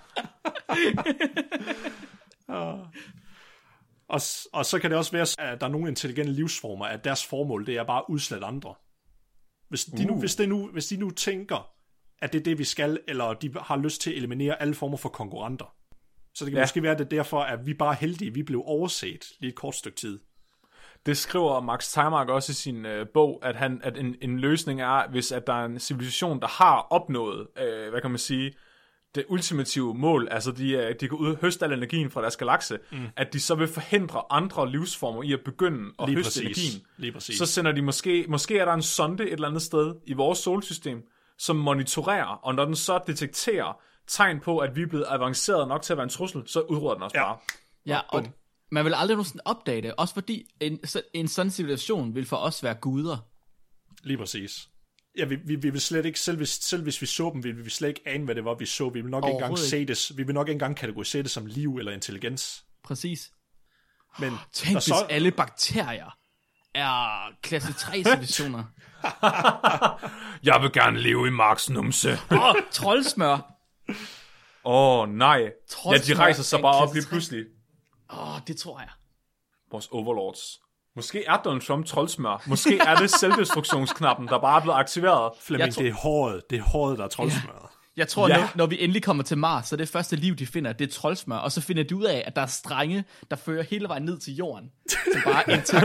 fucked. Og så kan det også være, at der er nogle intelligente livsformer, at deres formål, det er bare at udslette andre. Hvis de nu tænker, at det er det, vi skal, eller de har lyst til at eliminere alle former for konkurrenter. Så det kan måske være det derfor, at vi bare er heldige, vi blev overset lige et kort stykke tid. Det skriver Max Tegmark også i sin bog, at en løsning er, hvis at der er en civilisation, der har opnået, hvad kan man sige, det ultimative mål, altså de kan høste al energien fra deres galakse, at de så vil forhindre andre livsformer i at begynde at høste energien. Lige præcis. Så sender de måske er der en sonde et eller andet sted i vores solsystem, som monitorerer, og når den så detekterer tegn på, at vi er blevet avanceret nok til at være en trussel, så udrydder den os bare. Ja, og man vil aldrig nogensinde opdage det, også fordi en sådan civilisation vil for os være guder. Lige præcis. Ja, vi vil slet ikke, selv hvis vi så dem, vil vi slet ikke ane, hvad det var, vi så. Vi vil nok ikke engang se det, vi vil nok ikke engang kategorisere det som liv eller intelligens. Præcis. Men tænk, hvis alle bakterier er klasse 3-civilisationer. Jeg vil gerne leve i Marks numse. Troldsmør. Nej. Ja, de rejser sig bare op lige pludselig. Det tror jeg. Vores overlords. Måske er Donald Trump troldsmør. Måske er det selvdestruktionsknappen, der bare er blevet aktiveret. Flemming, det er håret, der er troldsmøret. Jeg tror, når vi endelig kommer til Mars, så det første liv, de finder, det er troldsmør. Og så finder de ud af, at der er strenge, der fører hele vejen ned til jorden. Så bare indtil.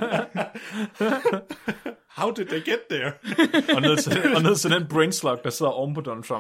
How did they get there? og ned til den brainslug, der sidder oven på Donald Trump.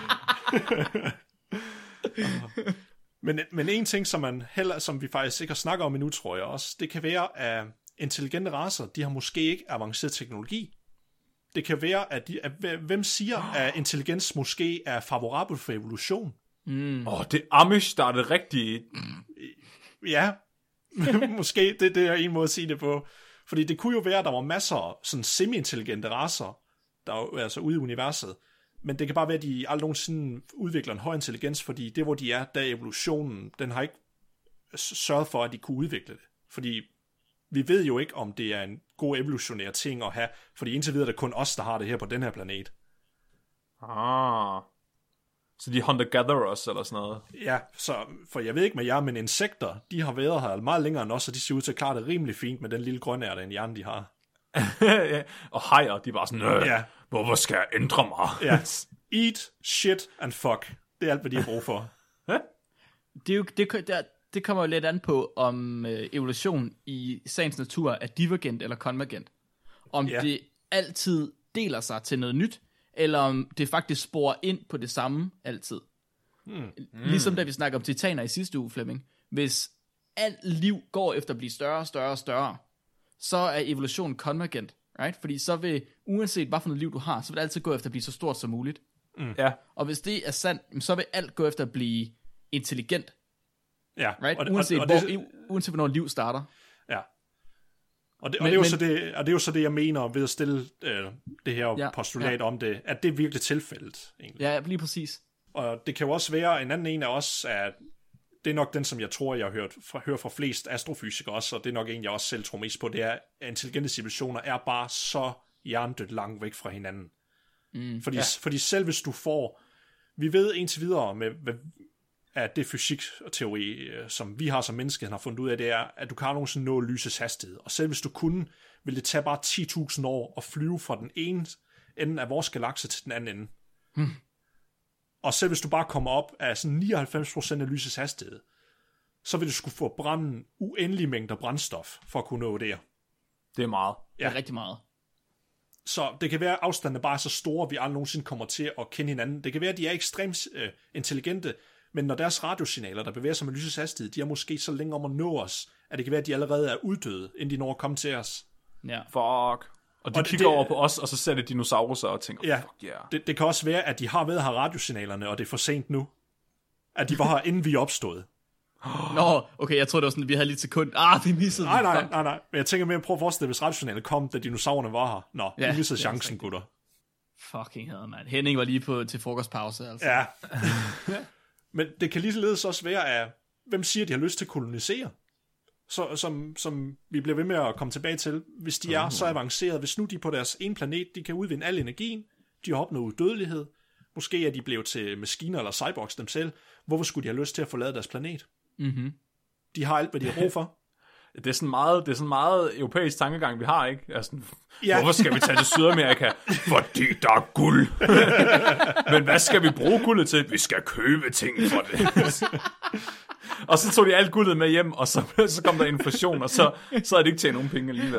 Men en ting, som vi faktisk ikke har snakket om endnu, tror jeg også, det kan være, at intelligente racer, de har måske ikke avanceret teknologi. Det kan være, at hvem siger, at intelligens måske er favorabel for evolution? Det er Amish, der er det rigtige. Ja, måske det er en måde at sige det på. Fordi det kunne jo være, at der var masser af sådan semi-intelligente racer, der er altså ude i universet. Men det kan bare være, at de aldrig nogensinde udvikler en høj intelligens, fordi det, hvor de er, der evolutionen, den har ikke sørget for, at de kunne udvikle det. Fordi vi ved jo ikke, om det er en god evolutionær ting at have, fordi indtil videre er det kun os, der har det her på den her planet. Så de hunter-gatherers eller sådan noget? Ja, for jeg ved ikke med jer, men insekter, de har været her meget længere end os, og de ser ud til at klare det rimelig fint med den lille grønærte en hjerne, de har. Ja. Og hajer, de er bare sådan, hvorfor skal jeg ændre mig? Ja. Eat, shit and fuck. Det er alt, hvad de har brug for. Det kommer jo lidt an på, om evolution i sagens natur er divergent eller konvergent. Om det altid deler sig til noget nyt, eller om det faktisk sporer ind på det samme altid. Ligesom da vi snakker om titaner i sidste uge, Flemming. Hvis alt liv går efter at blive større, større, større, så er evolutionen konvergent, right? Fordi så vil, uanset hvad for noget liv du har, så vil det altid gå efter at blive så stort som muligt. Ja. Og hvis det er sandt, så vil alt gå efter at blive intelligent. Ja. Right? Uanset hvornår liv starter. Ja. Og det er jo så det, jeg mener ved at stille det her postulat om det, at det er virkelig tilfældet, egentlig. Ja, lige præcis. Og det kan jo også være, en anden en af os, at det er nok den, som jeg tror, jeg har hørt fra flest astrofysikere også, og det er nok en, jeg også selv tror mest på, det er, at intelligente civilisationer er bare så hjernedødt langt væk fra hinanden. Fordi selv hvis du får, vi ved indtil videre med at det fysikteori, som vi har som menneskeheden har fundet ud af, det er, at du kan nogensinde nå lysets hastighed. Og selv hvis du kunne, ville det tage bare 10.000 år at flyve fra den ene ende af vores galakse til den anden ende. Og selv hvis du bare kommer op af sådan 99% af lysets hastighed, så vil du skulle få brænde uendelige mængder brændstof for at kunne nå det. Det er meget. Ja. Det er rigtig meget. Så det kan være, at afstanden er bare så store, at vi aldrig nogensinde kommer til at kende hinanden. Det kan være, at de er ekstremt intelligente, men når deres radiosignaler, der bevæger sig med lysets hastighed, de er måske så længe om at nå os, at det kan være, at de allerede er uddøde, inden de når at komme til os. Ja. Fuck. Og de kigger over på os, og så ser det dinosaurer og tænker, fuck yeah. Det kan også være, at de har været her radiosignalerne, og det er for sent nu. At de var her, inden vi er opstået. Nå, okay, jeg tror det var sådan, at vi havde lidt sekund. Vi missede Nej. Men jeg tænker mere, prøv at forestille dig, hvis radiosignalet kom, da dinosaurerne var her. Nå, vi missede chancen, gutter. Fucking havde, mand. Henning var lige til frokostpause, altså. Ja. Men det kan ligeledes også være, at hvem siger, at de har lyst til at kolonisere? Som vi bliver ved med at komme tilbage til. Hvis de er så avanceret, hvis nu de på deres ene planet, de kan udvinde al energien, de har opnået udødelighed, måske er de blevet til maskiner eller cyborgs dem selv, hvorfor skulle de have lyst til at forlade deres planet? Mm-hmm. De har alt, hvad de har brug for. Det er sådan meget europæisk tankegang, vi har, ikke? Altså, hvorfor skal vi tage til Sydamerika? Fordi der er guld. Men hvad skal vi bruge guldet til? Vi skal købe ting for det. Og så tog de alt guldet med hjem, og så kom der inflation, og så havde de ikke tjent nogen penge alligevel.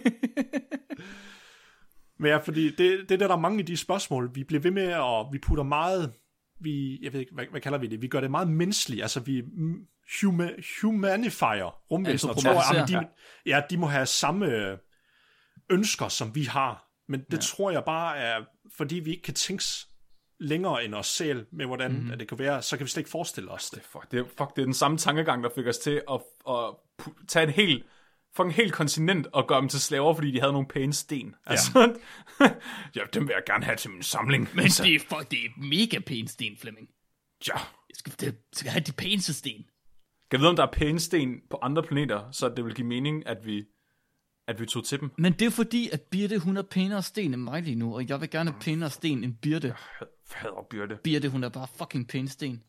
Men ja, fordi det der er mange af de spørgsmål, vi bliver ved med, og vi putter meget, jeg ved ikke, hvad kalder vi det? Vi gør det meget menneskeligt, altså vi humanifier rumvæsener, og tror, at de må have samme ønsker, som vi har. Men det tror jeg bare er, fordi vi ikke kan tænke længere end os selv, med hvordan at det kan være, så kan vi slet ikke forestille os det. Det er den samme tankegang, der fik os til at tage et helt kontinent og gøre dem til slaver, fordi de havde nogle pæne sten. Altså, ja, dem vil jeg gerne have til min samling. Men det er mega pæne sten, Flemming. Ja. Jeg skal have de pæneste sten. Kan jeg vide, om der er pæne sten på andre planeter, så det vil give mening, at vi tog til dem? Men det er fordi, at Birte, hun er pænere sten end mig lige nu, og jeg vil gerne have pænere sten end Birte. Jeg hader Birte. Birte, hun er bare fucking pæn sten.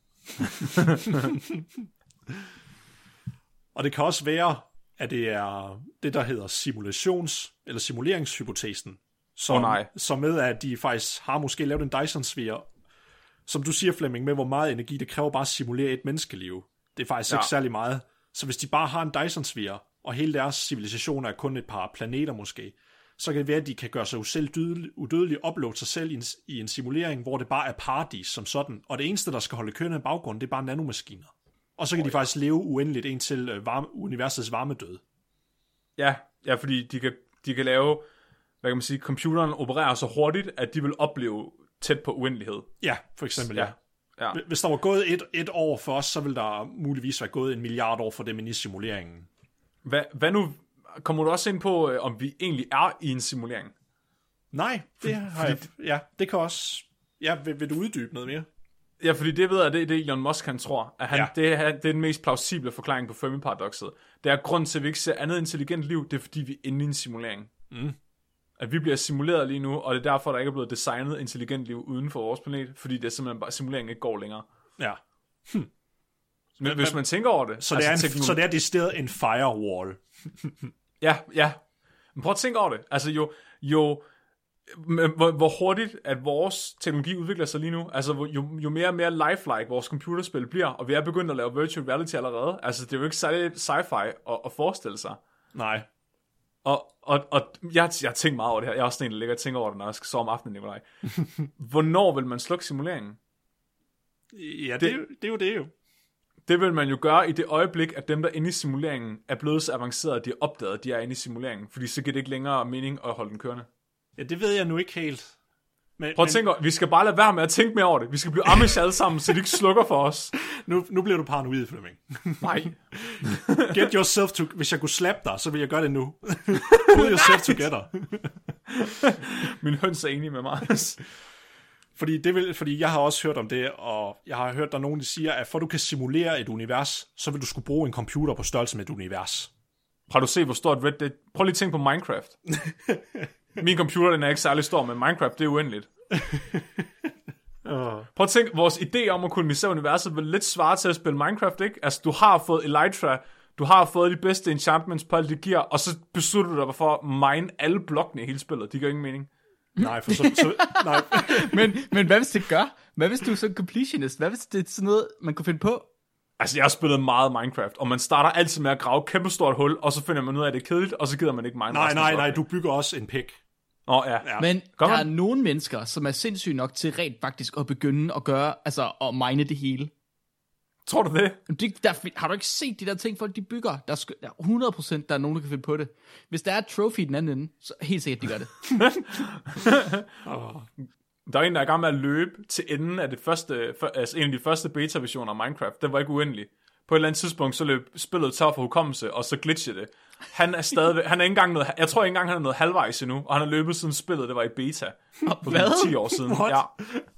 Og det kan også være, at det er det, der hedder simuleringshypotesen. Som med, at de faktisk har måske lavet en Dyson-sfære, som du siger, Flemming, med hvor meget energi det kræver bare at simulere et menneskeliv. Det er faktisk ikke særlig meget. Så hvis de bare har en Dyson-sfære, og hele deres civilisation er kun et par planeter måske, så kan det være, at de kan gøre sig selv udødeligt, uploade sig selv i en simulering, hvor det bare er paradis som sådan, og det eneste, der skal holde kørende i baggrunden, det er bare nanomaskiner. Og så kan de faktisk leve uendeligt indtil universets varmedød. Ja, fordi de kan lave, hvad kan man sige, computeren opererer så hurtigt, at de vil opleve tæt på uendelighed. Ja, for eksempel, ja. Hvis der var gået et år for os, så ville der muligvis være gået 1 milliard år for dem i simuleringen. Hvad nu? Kommer du også ind på, om vi egentlig er i en simulering? Nej, det kan også... Ja, vil du uddybe noget mere? Ja, fordi det ved jeg, det er det Elon Musk, han tror. At det er den mest plausible forklaring på Fermi-paradokset. Det er grund til, at vi ikke ser andet intelligent liv, det er fordi, vi er inde i en simulering. At vi bliver simuleret lige nu, og det er derfor, der ikke er blevet designet intelligent liv uden for vores planet, fordi det er simpelthen bare, simuleringen ikke går længere. Ja. Men hvis man tænker over det... Så det er decideret en firewall. Ja. Men prøv at tænke over det. Altså hvor hurtigt, at vores teknologi udvikler sig lige nu. Altså jo mere og mere lifelike vores computerspil bliver, og vi er begyndt at lave virtual reality allerede. Altså det er jo ikke særlig sci-fi at forestille sig. Nej. Og jeg har tænkt meget over det her. Jeg er også sådan en, der ligger og tænker over det, når jeg skal sove om aftenen, Nikolaj. Hvornår vil man slukke simuleringen? Ja, det er jo det jo. Det vil man jo gøre i det øjeblik, at dem, der er inde i simuleringen, er blevet så avanceret, at de har opdaget, at de er inde i simuleringen. Fordi så giver det ikke længere mening at holde den kørende. Ja, det ved jeg nu ikke helt. Prøv at tænke, vi skal bare lade være med at tænke mere over det. Vi skal blive amish alle sammen, så de ikke slukker for os. Nu bliver du paranoid, Flemming. Nej. Get yourself to... Hvis jeg kunne slappe dig, så vil jeg gøre det nu. Put yourself together. Min høns er enig med mig. Fordi jeg har også hørt om det, og jeg har hørt, der er nogen, der siger, at for at du kan simulere et univers, så vil du skulle bruge en computer på størrelse med et univers. Har du set, hvor stort Red Dead... Prøv lige at tænke på Minecraft. Min computer, den er ikke særlig stor, men Minecraft, det er uendeligt. Prøv at tænke, vores idé om at kolonisere universet vil lidt svare til at spille Minecraft, ikke? Altså, du har fået Elytra, du har fået de bedste enchantments på alt det giver, og så beslutter du dig for at mine alle blokkene i hele spillet. Det gør ingen mening. Nej, for så nej. men hvad hvis det gør? Hvad hvis du er sådan en completionist? Hvad hvis det er sådan noget, man kunne finde på? Altså, jeg har spillet meget Minecraft, og man starter altid med at grave et kæmpestort hul, og så finder man ud af, at det er kedeligt, og så gider man ikke mine. Nej, du bygger også en pik. Ja. Men der er nogle mennesker, som er sindssyge nok til rent faktisk at begynde at gøre, altså at mine det hele. Tror du det? Har du ikke set de der ting, folk de bygger? Der er 100% der er nogen, der kan finde på det. Hvis der er et trophy i den anden ende, så helt sikkert, de gør det. Der er en, der er i gang med at løbe til enden af en af de første beta-versioner af Minecraft. Den var ikke uendelig. På et eller andet tidspunkt, så løb spillet tør for hukommelse, og så glitchede det. Han er ikke engang noget, jeg tror ikke engang, han er noget halvvejs endnu, og han har løbet siden spillet, det var i beta. For 10 år siden. What? Ja.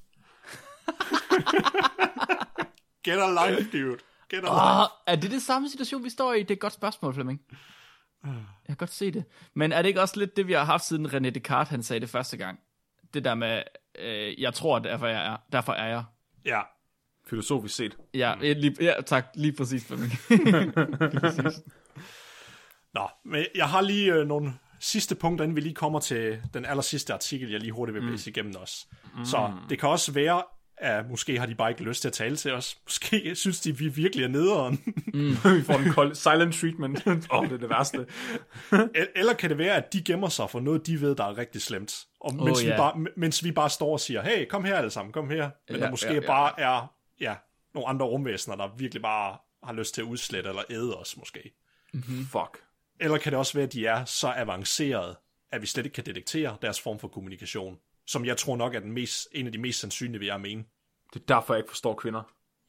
Get a life, dude. Get a life. Er det samme situation, vi står i? Det er et godt spørgsmål, Flemming. Jeg kan godt se det. Men er det ikke også lidt det, vi har haft siden René Descartes, han sagde det første gang? Det der med, jeg tror, derfor er jeg. Ja. Filosofisk set. Ja, tak. Lige præcis, Flemming. Lige præcis. Nå, men jeg har lige nogle sidste punkter, inden vi lige kommer til den aller sidste artikel, jeg lige hurtigt vil læse igennem os. Så det kan også være, at måske har de bare ikke lyst til at tale til os. Måske synes de, vi virkelig er nederen. Vi får den kolde silent treatment. Det er det værste. Eller kan det være, at de gemmer sig for noget, de ved, der er rigtig slemt. Og mens vi bare står og siger, hey, kom her alle sammen, kom her. Men der måske bare er nogle andre rumvæsener, der virkelig bare har lyst til at udslette eller æde os måske. Mm-hmm. Fuck. Eller kan det også være, at de er så avanceret, at vi slet ikke kan detektere deres form for kommunikation, som jeg tror nok er en af de mest sandsynlige, vil jeg mene. Det er derfor, jeg ikke forstår kvinder.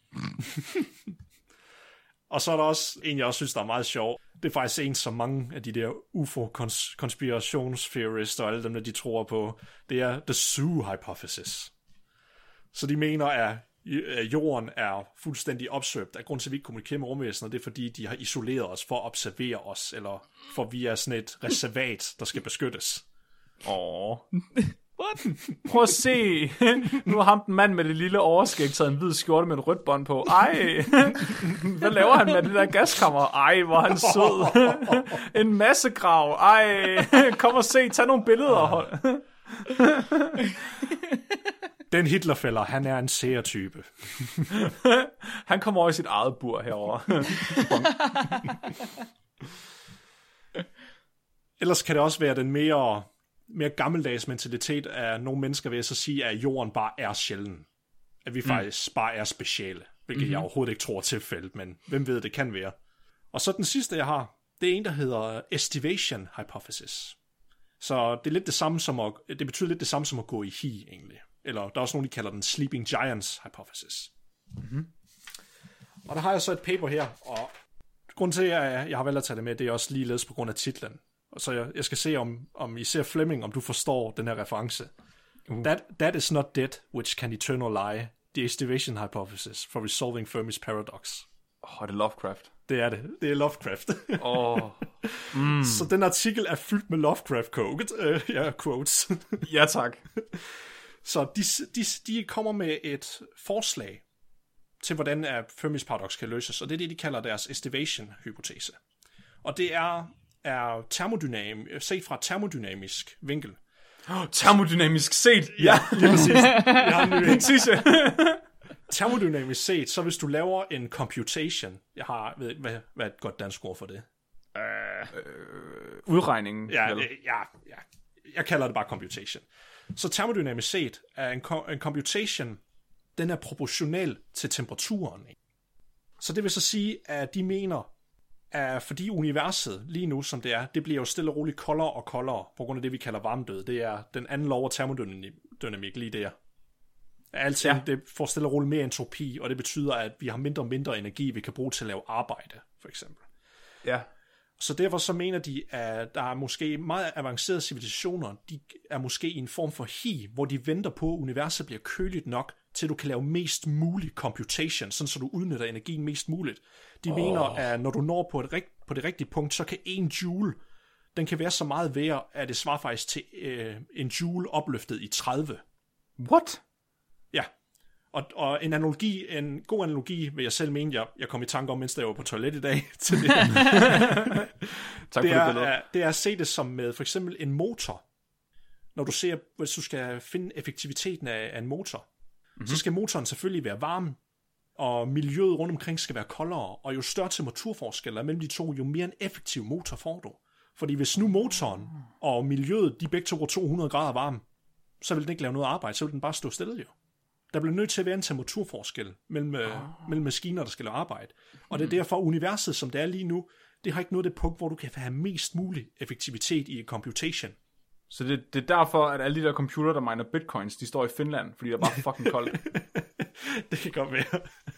Og så er der også en, jeg også synes, der er meget sjov. Det er faktisk en, som mange af de der UFO-konspirationstheorister og alle dem, der de tror på. Det er The Zoo Hypothesis. Så de mener, at jorden er fuldstændig opsøgt. Af grund til, at vi ikke kommunikerer med rumvæsener, det er fordi, de har isoleret os for at observere os, eller for vi er sådan et reservat, der skal beskyttes. What? Prøv at se. Nu har ham den mand med det lille overskæg taget en hvid skjorte med et rødt bånd på. Ej. Hvad laver han med det der gaskammer? Ej, hvor er han sød. En massegrav. Ej. Kom og se. Tag nogle billeder. Den Hitlerfælder, han er en seertype. Han kommer over i sit eget bur herovre. Ellers kan det også være den mere gammeldags mentalitet af nogle mennesker ved at så sige, at jorden bare er sjælden. At vi faktisk bare er speciale. Hvilket jeg overhovedet ikke tror er tilfældet, men hvem ved, det kan være. Og så den sidste, jeg har, det er en, der hedder Estivation Hypothesis. Så det er lidt det samme som det betyder lidt det samme som at gå i hi, egentlig. Eller der er også nogen, der kalder den Sleeping Giants Hypothesis. Mm-hmm. Og der har jeg så et paper her, og grunden til, at jeg har valgt at tage det med, det er også ligeledes på grund af titlen. Og så jeg skal se, om I ser Flemming, om du forstår den her reference. That is not dead, which can eternal lie. The Estivation Hypothesis for resolving Fermi's paradox. Det er Lovecraft. Det er det. Det er Lovecraft. Så den artikel er fyldt med Lovecraft quotes. Ja, tak. Så de kommer med et forslag til, hvordan Fermi's paradox kan løses, og det er det, de kalder deres estivation-hypotese. Og det er set fra termodynamisk vinkel. Termodynamisk set? Ja, lige præcis. Jeg har en ny en. Termodynamisk set, så hvis du laver en computation, ved ikke, hvad er et godt dansk ord for det? Udregningen. Ja, jeg kalder det bare computation. Så termodynamisk set er en computation, den er proportional til temperaturen. Så det vil så sige, at de mener, at fordi universet lige nu, som det er, det bliver jo stille og roligt koldere og koldere, på grund af det, vi kalder varmedød. Det er den anden lov af termodynamik lige der. Alting, det får stille og roligt mere entropi, og det betyder, at vi har mindre og mindre energi, vi kan bruge til at lave arbejde, for eksempel. Ja. Så derfor så mener de, at der er måske meget avancerede civilisationer, de er måske i en form for hi, hvor de venter på, at universet bliver køligt nok, til du kan lave mest mulig computation, sådan så du udnytter energien mest muligt. De mener, at når du når på det rigtige punkt, så kan 1 joule, den kan være så meget værd, at det svarer faktisk til en joule opløftet i 30. What? Ja. Og en god analogi, vil jeg selv mene, jeg kom i tanke om, mens jeg var på toilet i dag. Til det. Tak for det billede. Det er at se det som med for eksempel en motor. Når du ser, hvis du skal finde effektiviteten af en motor, så skal motoren selvfølgelig være varm, og miljøet rundt omkring skal være koldere, og jo større temperaturforskel er mellem de to, jo mere en effektiv motor får du. Fordi hvis nu motoren og miljøet, de begge to var 200 grader varme, så vil den ikke lave noget arbejde, så vil den bare stå stille jo. Der bliver nødt til at være en temperaturforskel mellem maskiner, der skal lave arbejde. Og det er derfor, universet, som det er lige nu, det har ikke noget det punkt, hvor du kan have mest mulig effektivitet i computation. Så det er derfor, at alle de der computer, der miner bitcoins, de står i Finland, fordi der er bare fucking koldt. Det kan godt være.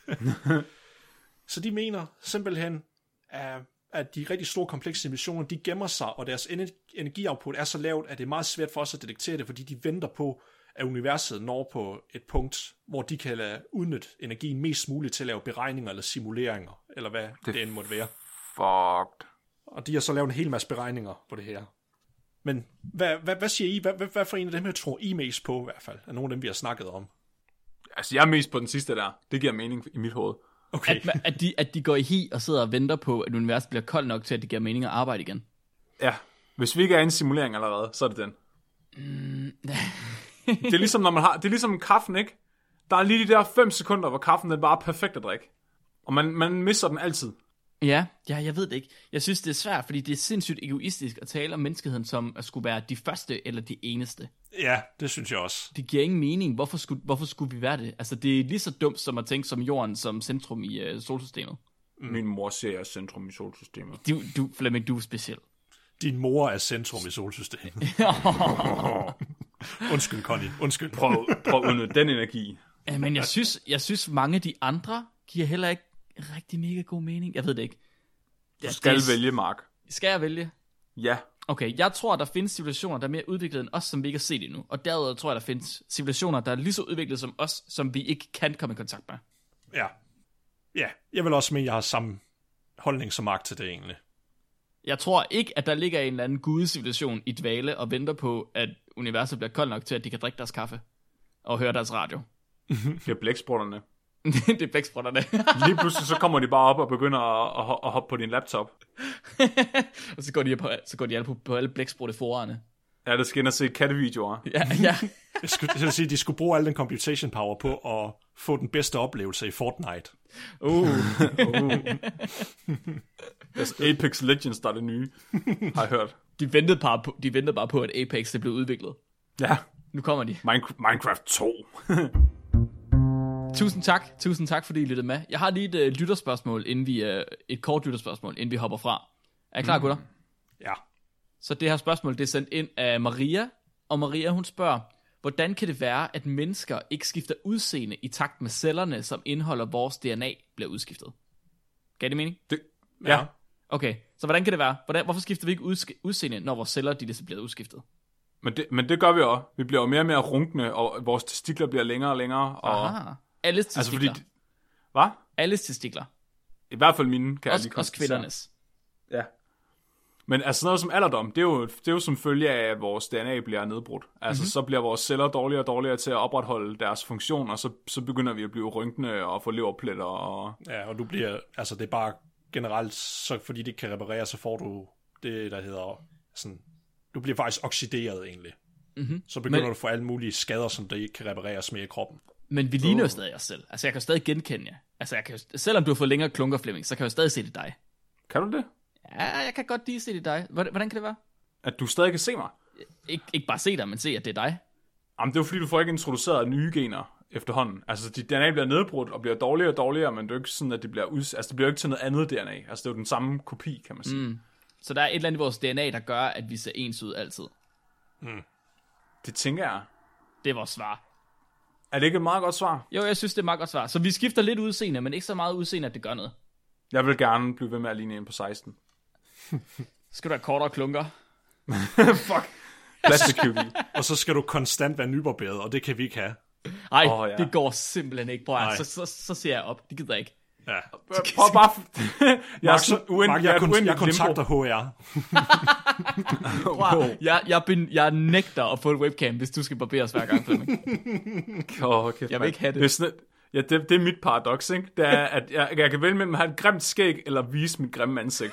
Så de mener simpelthen, at de rigtig store komplekse emissioner, de gemmer sig, og deres energioutput er så lavt, at det er meget svært for os at detektere det, fordi de venter på, at universet når på et punkt, hvor de kan udnytte energien mest muligt til at lave beregninger eller simuleringer, eller hvad det end måtte være. Fucked. Og de har så lavet en hel masse beregninger på det her. Men hvad siger I? Hvad for en af dem her tror I mest på i hvert fald? Er nogle af dem, vi har snakket om? Altså, jeg er mest på den sidste der. Det giver mening i mit hoved. Okay. At de går i hi og sidder og venter på, at universet bliver koldt nok til, at det giver mening at arbejde igen. Ja, hvis vi ikke er i en simulering allerede, så er det den. Det er ligesom, når man har... Det er ligesom kaffen, ikke? Der er lige de der 5 sekunder, hvor kaffen den bare er perfekt at drikke. Og man misser den altid. Ja, jeg ved det ikke. Jeg synes, det er svært, fordi det er sindssygt egoistisk at tale om menneskeheden som at skulle være de første eller de eneste. Ja, det synes jeg også. Det giver ingen mening. Hvorfor skulle vi være det? Altså, det er lige så dumt som at tænke som jorden som centrum i solsystemet. Min mor ser jeg centrum i solsystemet. Flemming, du er speciel. Din mor er centrum i solsystemet. Undskyld, Connie. Undskyld. Prøv at udnytte den energi. Ja, men jeg synes mange af de andre giver heller ikke rigtig mega god mening. Jeg ved det ikke. Du skal vælge, Mark. Skal jeg vælge? Ja. Okay, jeg tror, der findes civilisationer, der er mere udviklet end os, som vi ikke har set endnu. Og derudover tror jeg, der findes civilisationer, der er lige så udviklet som os, som vi ikke kan komme i kontakt med. Ja, jeg vil også mene, at jeg har samme holdning som Mark til det egentlig. Jeg tror ikke, at der ligger en eller anden gudecivilisation i dvale og venter på, at universet bliver koldt nok til, at de kan drikke deres kaffe og høre deres radio. Det er blæksprutterne. Det er blæksprutterne. Lige pludselig så kommer de bare op og begynder at hoppe på din laptop. Og så går de alle på alle blæksprutte-forerne. Ja, det skal ind og se kattevideoer. Ja. Jeg skulle sige, at de skulle bruge al den computation power på at få den bedste oplevelse i Fortnite. Apex Legends, der er det nye, har jeg hørt. De ventede bare på, at Apex det blev udviklet. Ja. Nu kommer de. Minecraft 2. Tusind tak, fordi I lyttede med. Jeg har lige et lytterspørgsmål, et kort lytterspørgsmål, inden vi hopper fra. Er I klar, gutter? Ja. Så det her spørgsmål, det er sendt ind af Maria, og Maria, hun spørger, hvordan kan det være, at mennesker ikke skifter udseende i takt med cellerne, som indeholder vores DNA, bliver udskiftet? Gav det mening? Ja. Okay, så hvordan kan det være? Hvorfor skifter vi ikke udseende, når vores celler de bliver udskiftet? Men det gør vi også. Vi bliver jo mere og mere runkne, og vores testikler bliver længere og længere. Og... Aha. Alles testikler. Altså, hvad? Alles testikler. I hvert fald mine, kan jeg lige også kvindernes. Ja. Men altså noget som alderdom, det er jo som følge af, at vores DNA bliver nedbrudt. Altså så bliver vores celler dårligere og dårligere til at opretholde deres funktion, og så begynder vi at blive rynkende og få leverpletter. Og... Ja, og du bliver, altså det er bare generelt, så fordi det kan reparere, så får du det, der hedder sådan, du bliver faktisk oxideret egentlig. Så begynder du at få alle mulige skader, som der ikke kan repareres med i kroppen. Men vi ligner jo stadig os selv. Altså jeg kan jo stadig genkende jer. Altså selvom du har fået længere klunker, Flemming, så kan jeg jo stadig se det dig. Kan du det? Ja, jeg kan godt lige se det dig. Hvordan kan det være? At du stadig kan se mig? Ikke bare se dig, men se, at det er dig. Jamen det er jo fordi, du får ikke introduceret nye gener efterhånden. Altså dit DNA bliver nedbrudt og bliver dårligere og dårligere, men det er jo ikke sådan, at det bliver altså det bliver jo ikke til noget andet DNA. Altså det er jo den samme kopi, kan man sige. Så der er et eller andet i vores DNA, der gør, at vi ser ens ud altid. Det tænker jeg. Det er vores svar. Er det ikke et meget godt svar? Jo, jeg synes, det er et meget godt svar. Så vi skifter lidt udseende, men ikke så meget udseende, at det gør noget. Jeg vil gerne blive ved med at ligne en på 16. Skal du have kortere klunker? Fuck. Plastik-kirurgi. Og så skal du konstant være nyberbæret, og det kan vi ikke have. Nej, det går simpelthen ikke. Prøv at, så ser jeg op. Det gider jeg ikke. Ja. Prøv bare... Jeg kontakter HR. Jeg nægter at få et webcam, hvis du skal barberes hver gang, Flemming. Jeg vil ikke have det. Det er mit paradoks, ikke? Det er, at jeg kan vælge mellem at have et grimt skæg, eller vise mit grimme ansigt.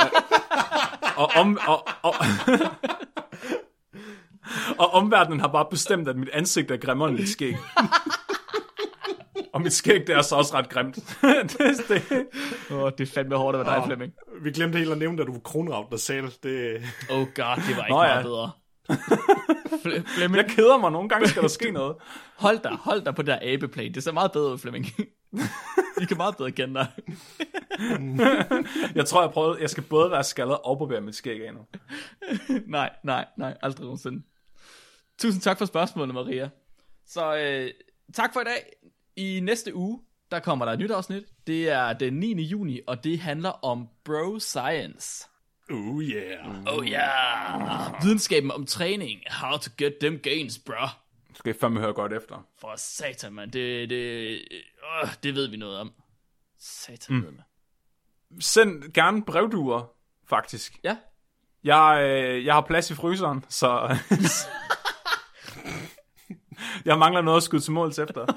Og omverdenen har bare bestemt, at mit ansigt er grimmere end mit skæg. Og mit skæg, det er så også ret grimt. Det er fandme hårdt at være dig, Flemming. Vi glemte helt at nævne, da du kronravte dig selv. Oh god, det var ikke meget bedre. Flemming, Jeg keder mig. Nogle gange skal der ske noget. hold dig på der abeplay. Det ser meget bedre ud, Flemming. Vi kan meget bedre kende dig. Jeg tror, jeg skal både være skaldet og barbere mit skæg af nu. Nej, aldrig nogensinde. Tusind tak for spørgsmålet, Maria. Så tak for i dag. I næste uge, der kommer der et nyt afsnit. Det er den 9. juni, og det handler om bro science. Oh yeah. Oh yeah. Videnskaben om træning. How to get them gains, bro. Skal jeg fandme høre godt efter. For satan, man. Det ved vi noget om. Satan, med. Send gerne brevduer, faktisk. Ja. Jeg har plads i fryseren, så... Jeg mangler noget at skyde til måls efter.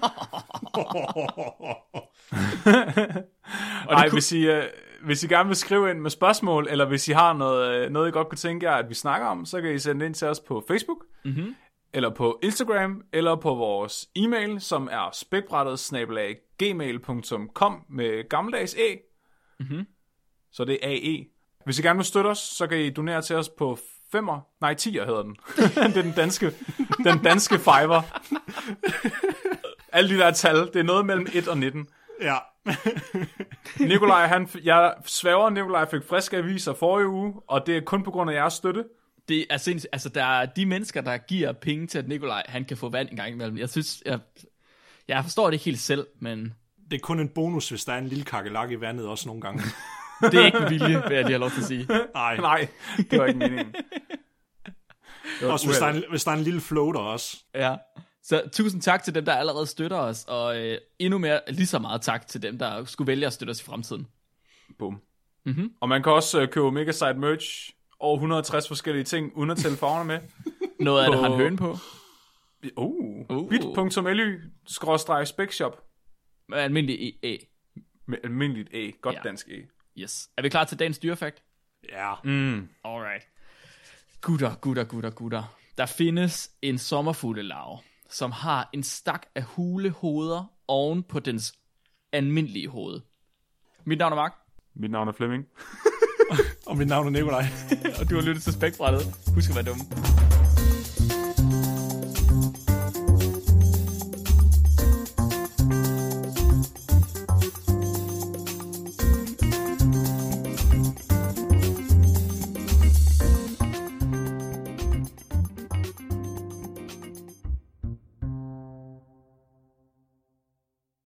Nej, hvis I gerne vil skrive ind med spørgsmål, eller hvis I har noget I godt kunne tænke jer, at vi snakker om, så kan I sende ind til os på Facebook, eller på Instagram, eller på vores e-mail, som er spækbrættet@gmail.com med gammeldags æ. Så det er AE. Hvis I gerne vil støtte os, så kan I donere til os på 10'er hedder den. Det er den danske fiver. Alle de der tal, det er noget mellem 1 og 19. Ja. Nikolaj, jeg svæver, Nikolaj fik friske aviser forrige uge, og det er kun på grund af jeres støtte. Det er sindssygt. Altså, der er de mennesker, der giver penge til, at Nikolaj, han kan få vand en gang imellem. Jeg synes, jeg forstår det ikke helt selv, men... Det er kun en bonus, hvis der er en lille kakelak i vandet også nogle gange. Det er ikke en vilje, vil jeg lige have lov til at sige. Nej, det var ikke meningen. Også hvis der er en lille floater også. Ja. Så tusind tak til dem, der allerede støtter os, og endnu mere, lige så meget tak til dem, der skulle vælge at støtte os i fremtiden. Bum. Og man kan også købe Mega Site merch, over 160 forskellige ting, uden at tælle farverne med. Noget af det har en høne på. bit.ly/specshop. Med almindelig E. Med almindeligt E. Godt dansk E. Yes. Er vi klar til dagens dyrefakt? Ja. Alright. Gutter. Der findes en sommerfuglelarve, som har en stak af hulehoveder oven på dens almindelige hoved. Mit navn er Mark. Mit navn er Flemming. Og mit navn er Nikolaj. Og du har lyttet til Spækbrættet. Husk at være dumme.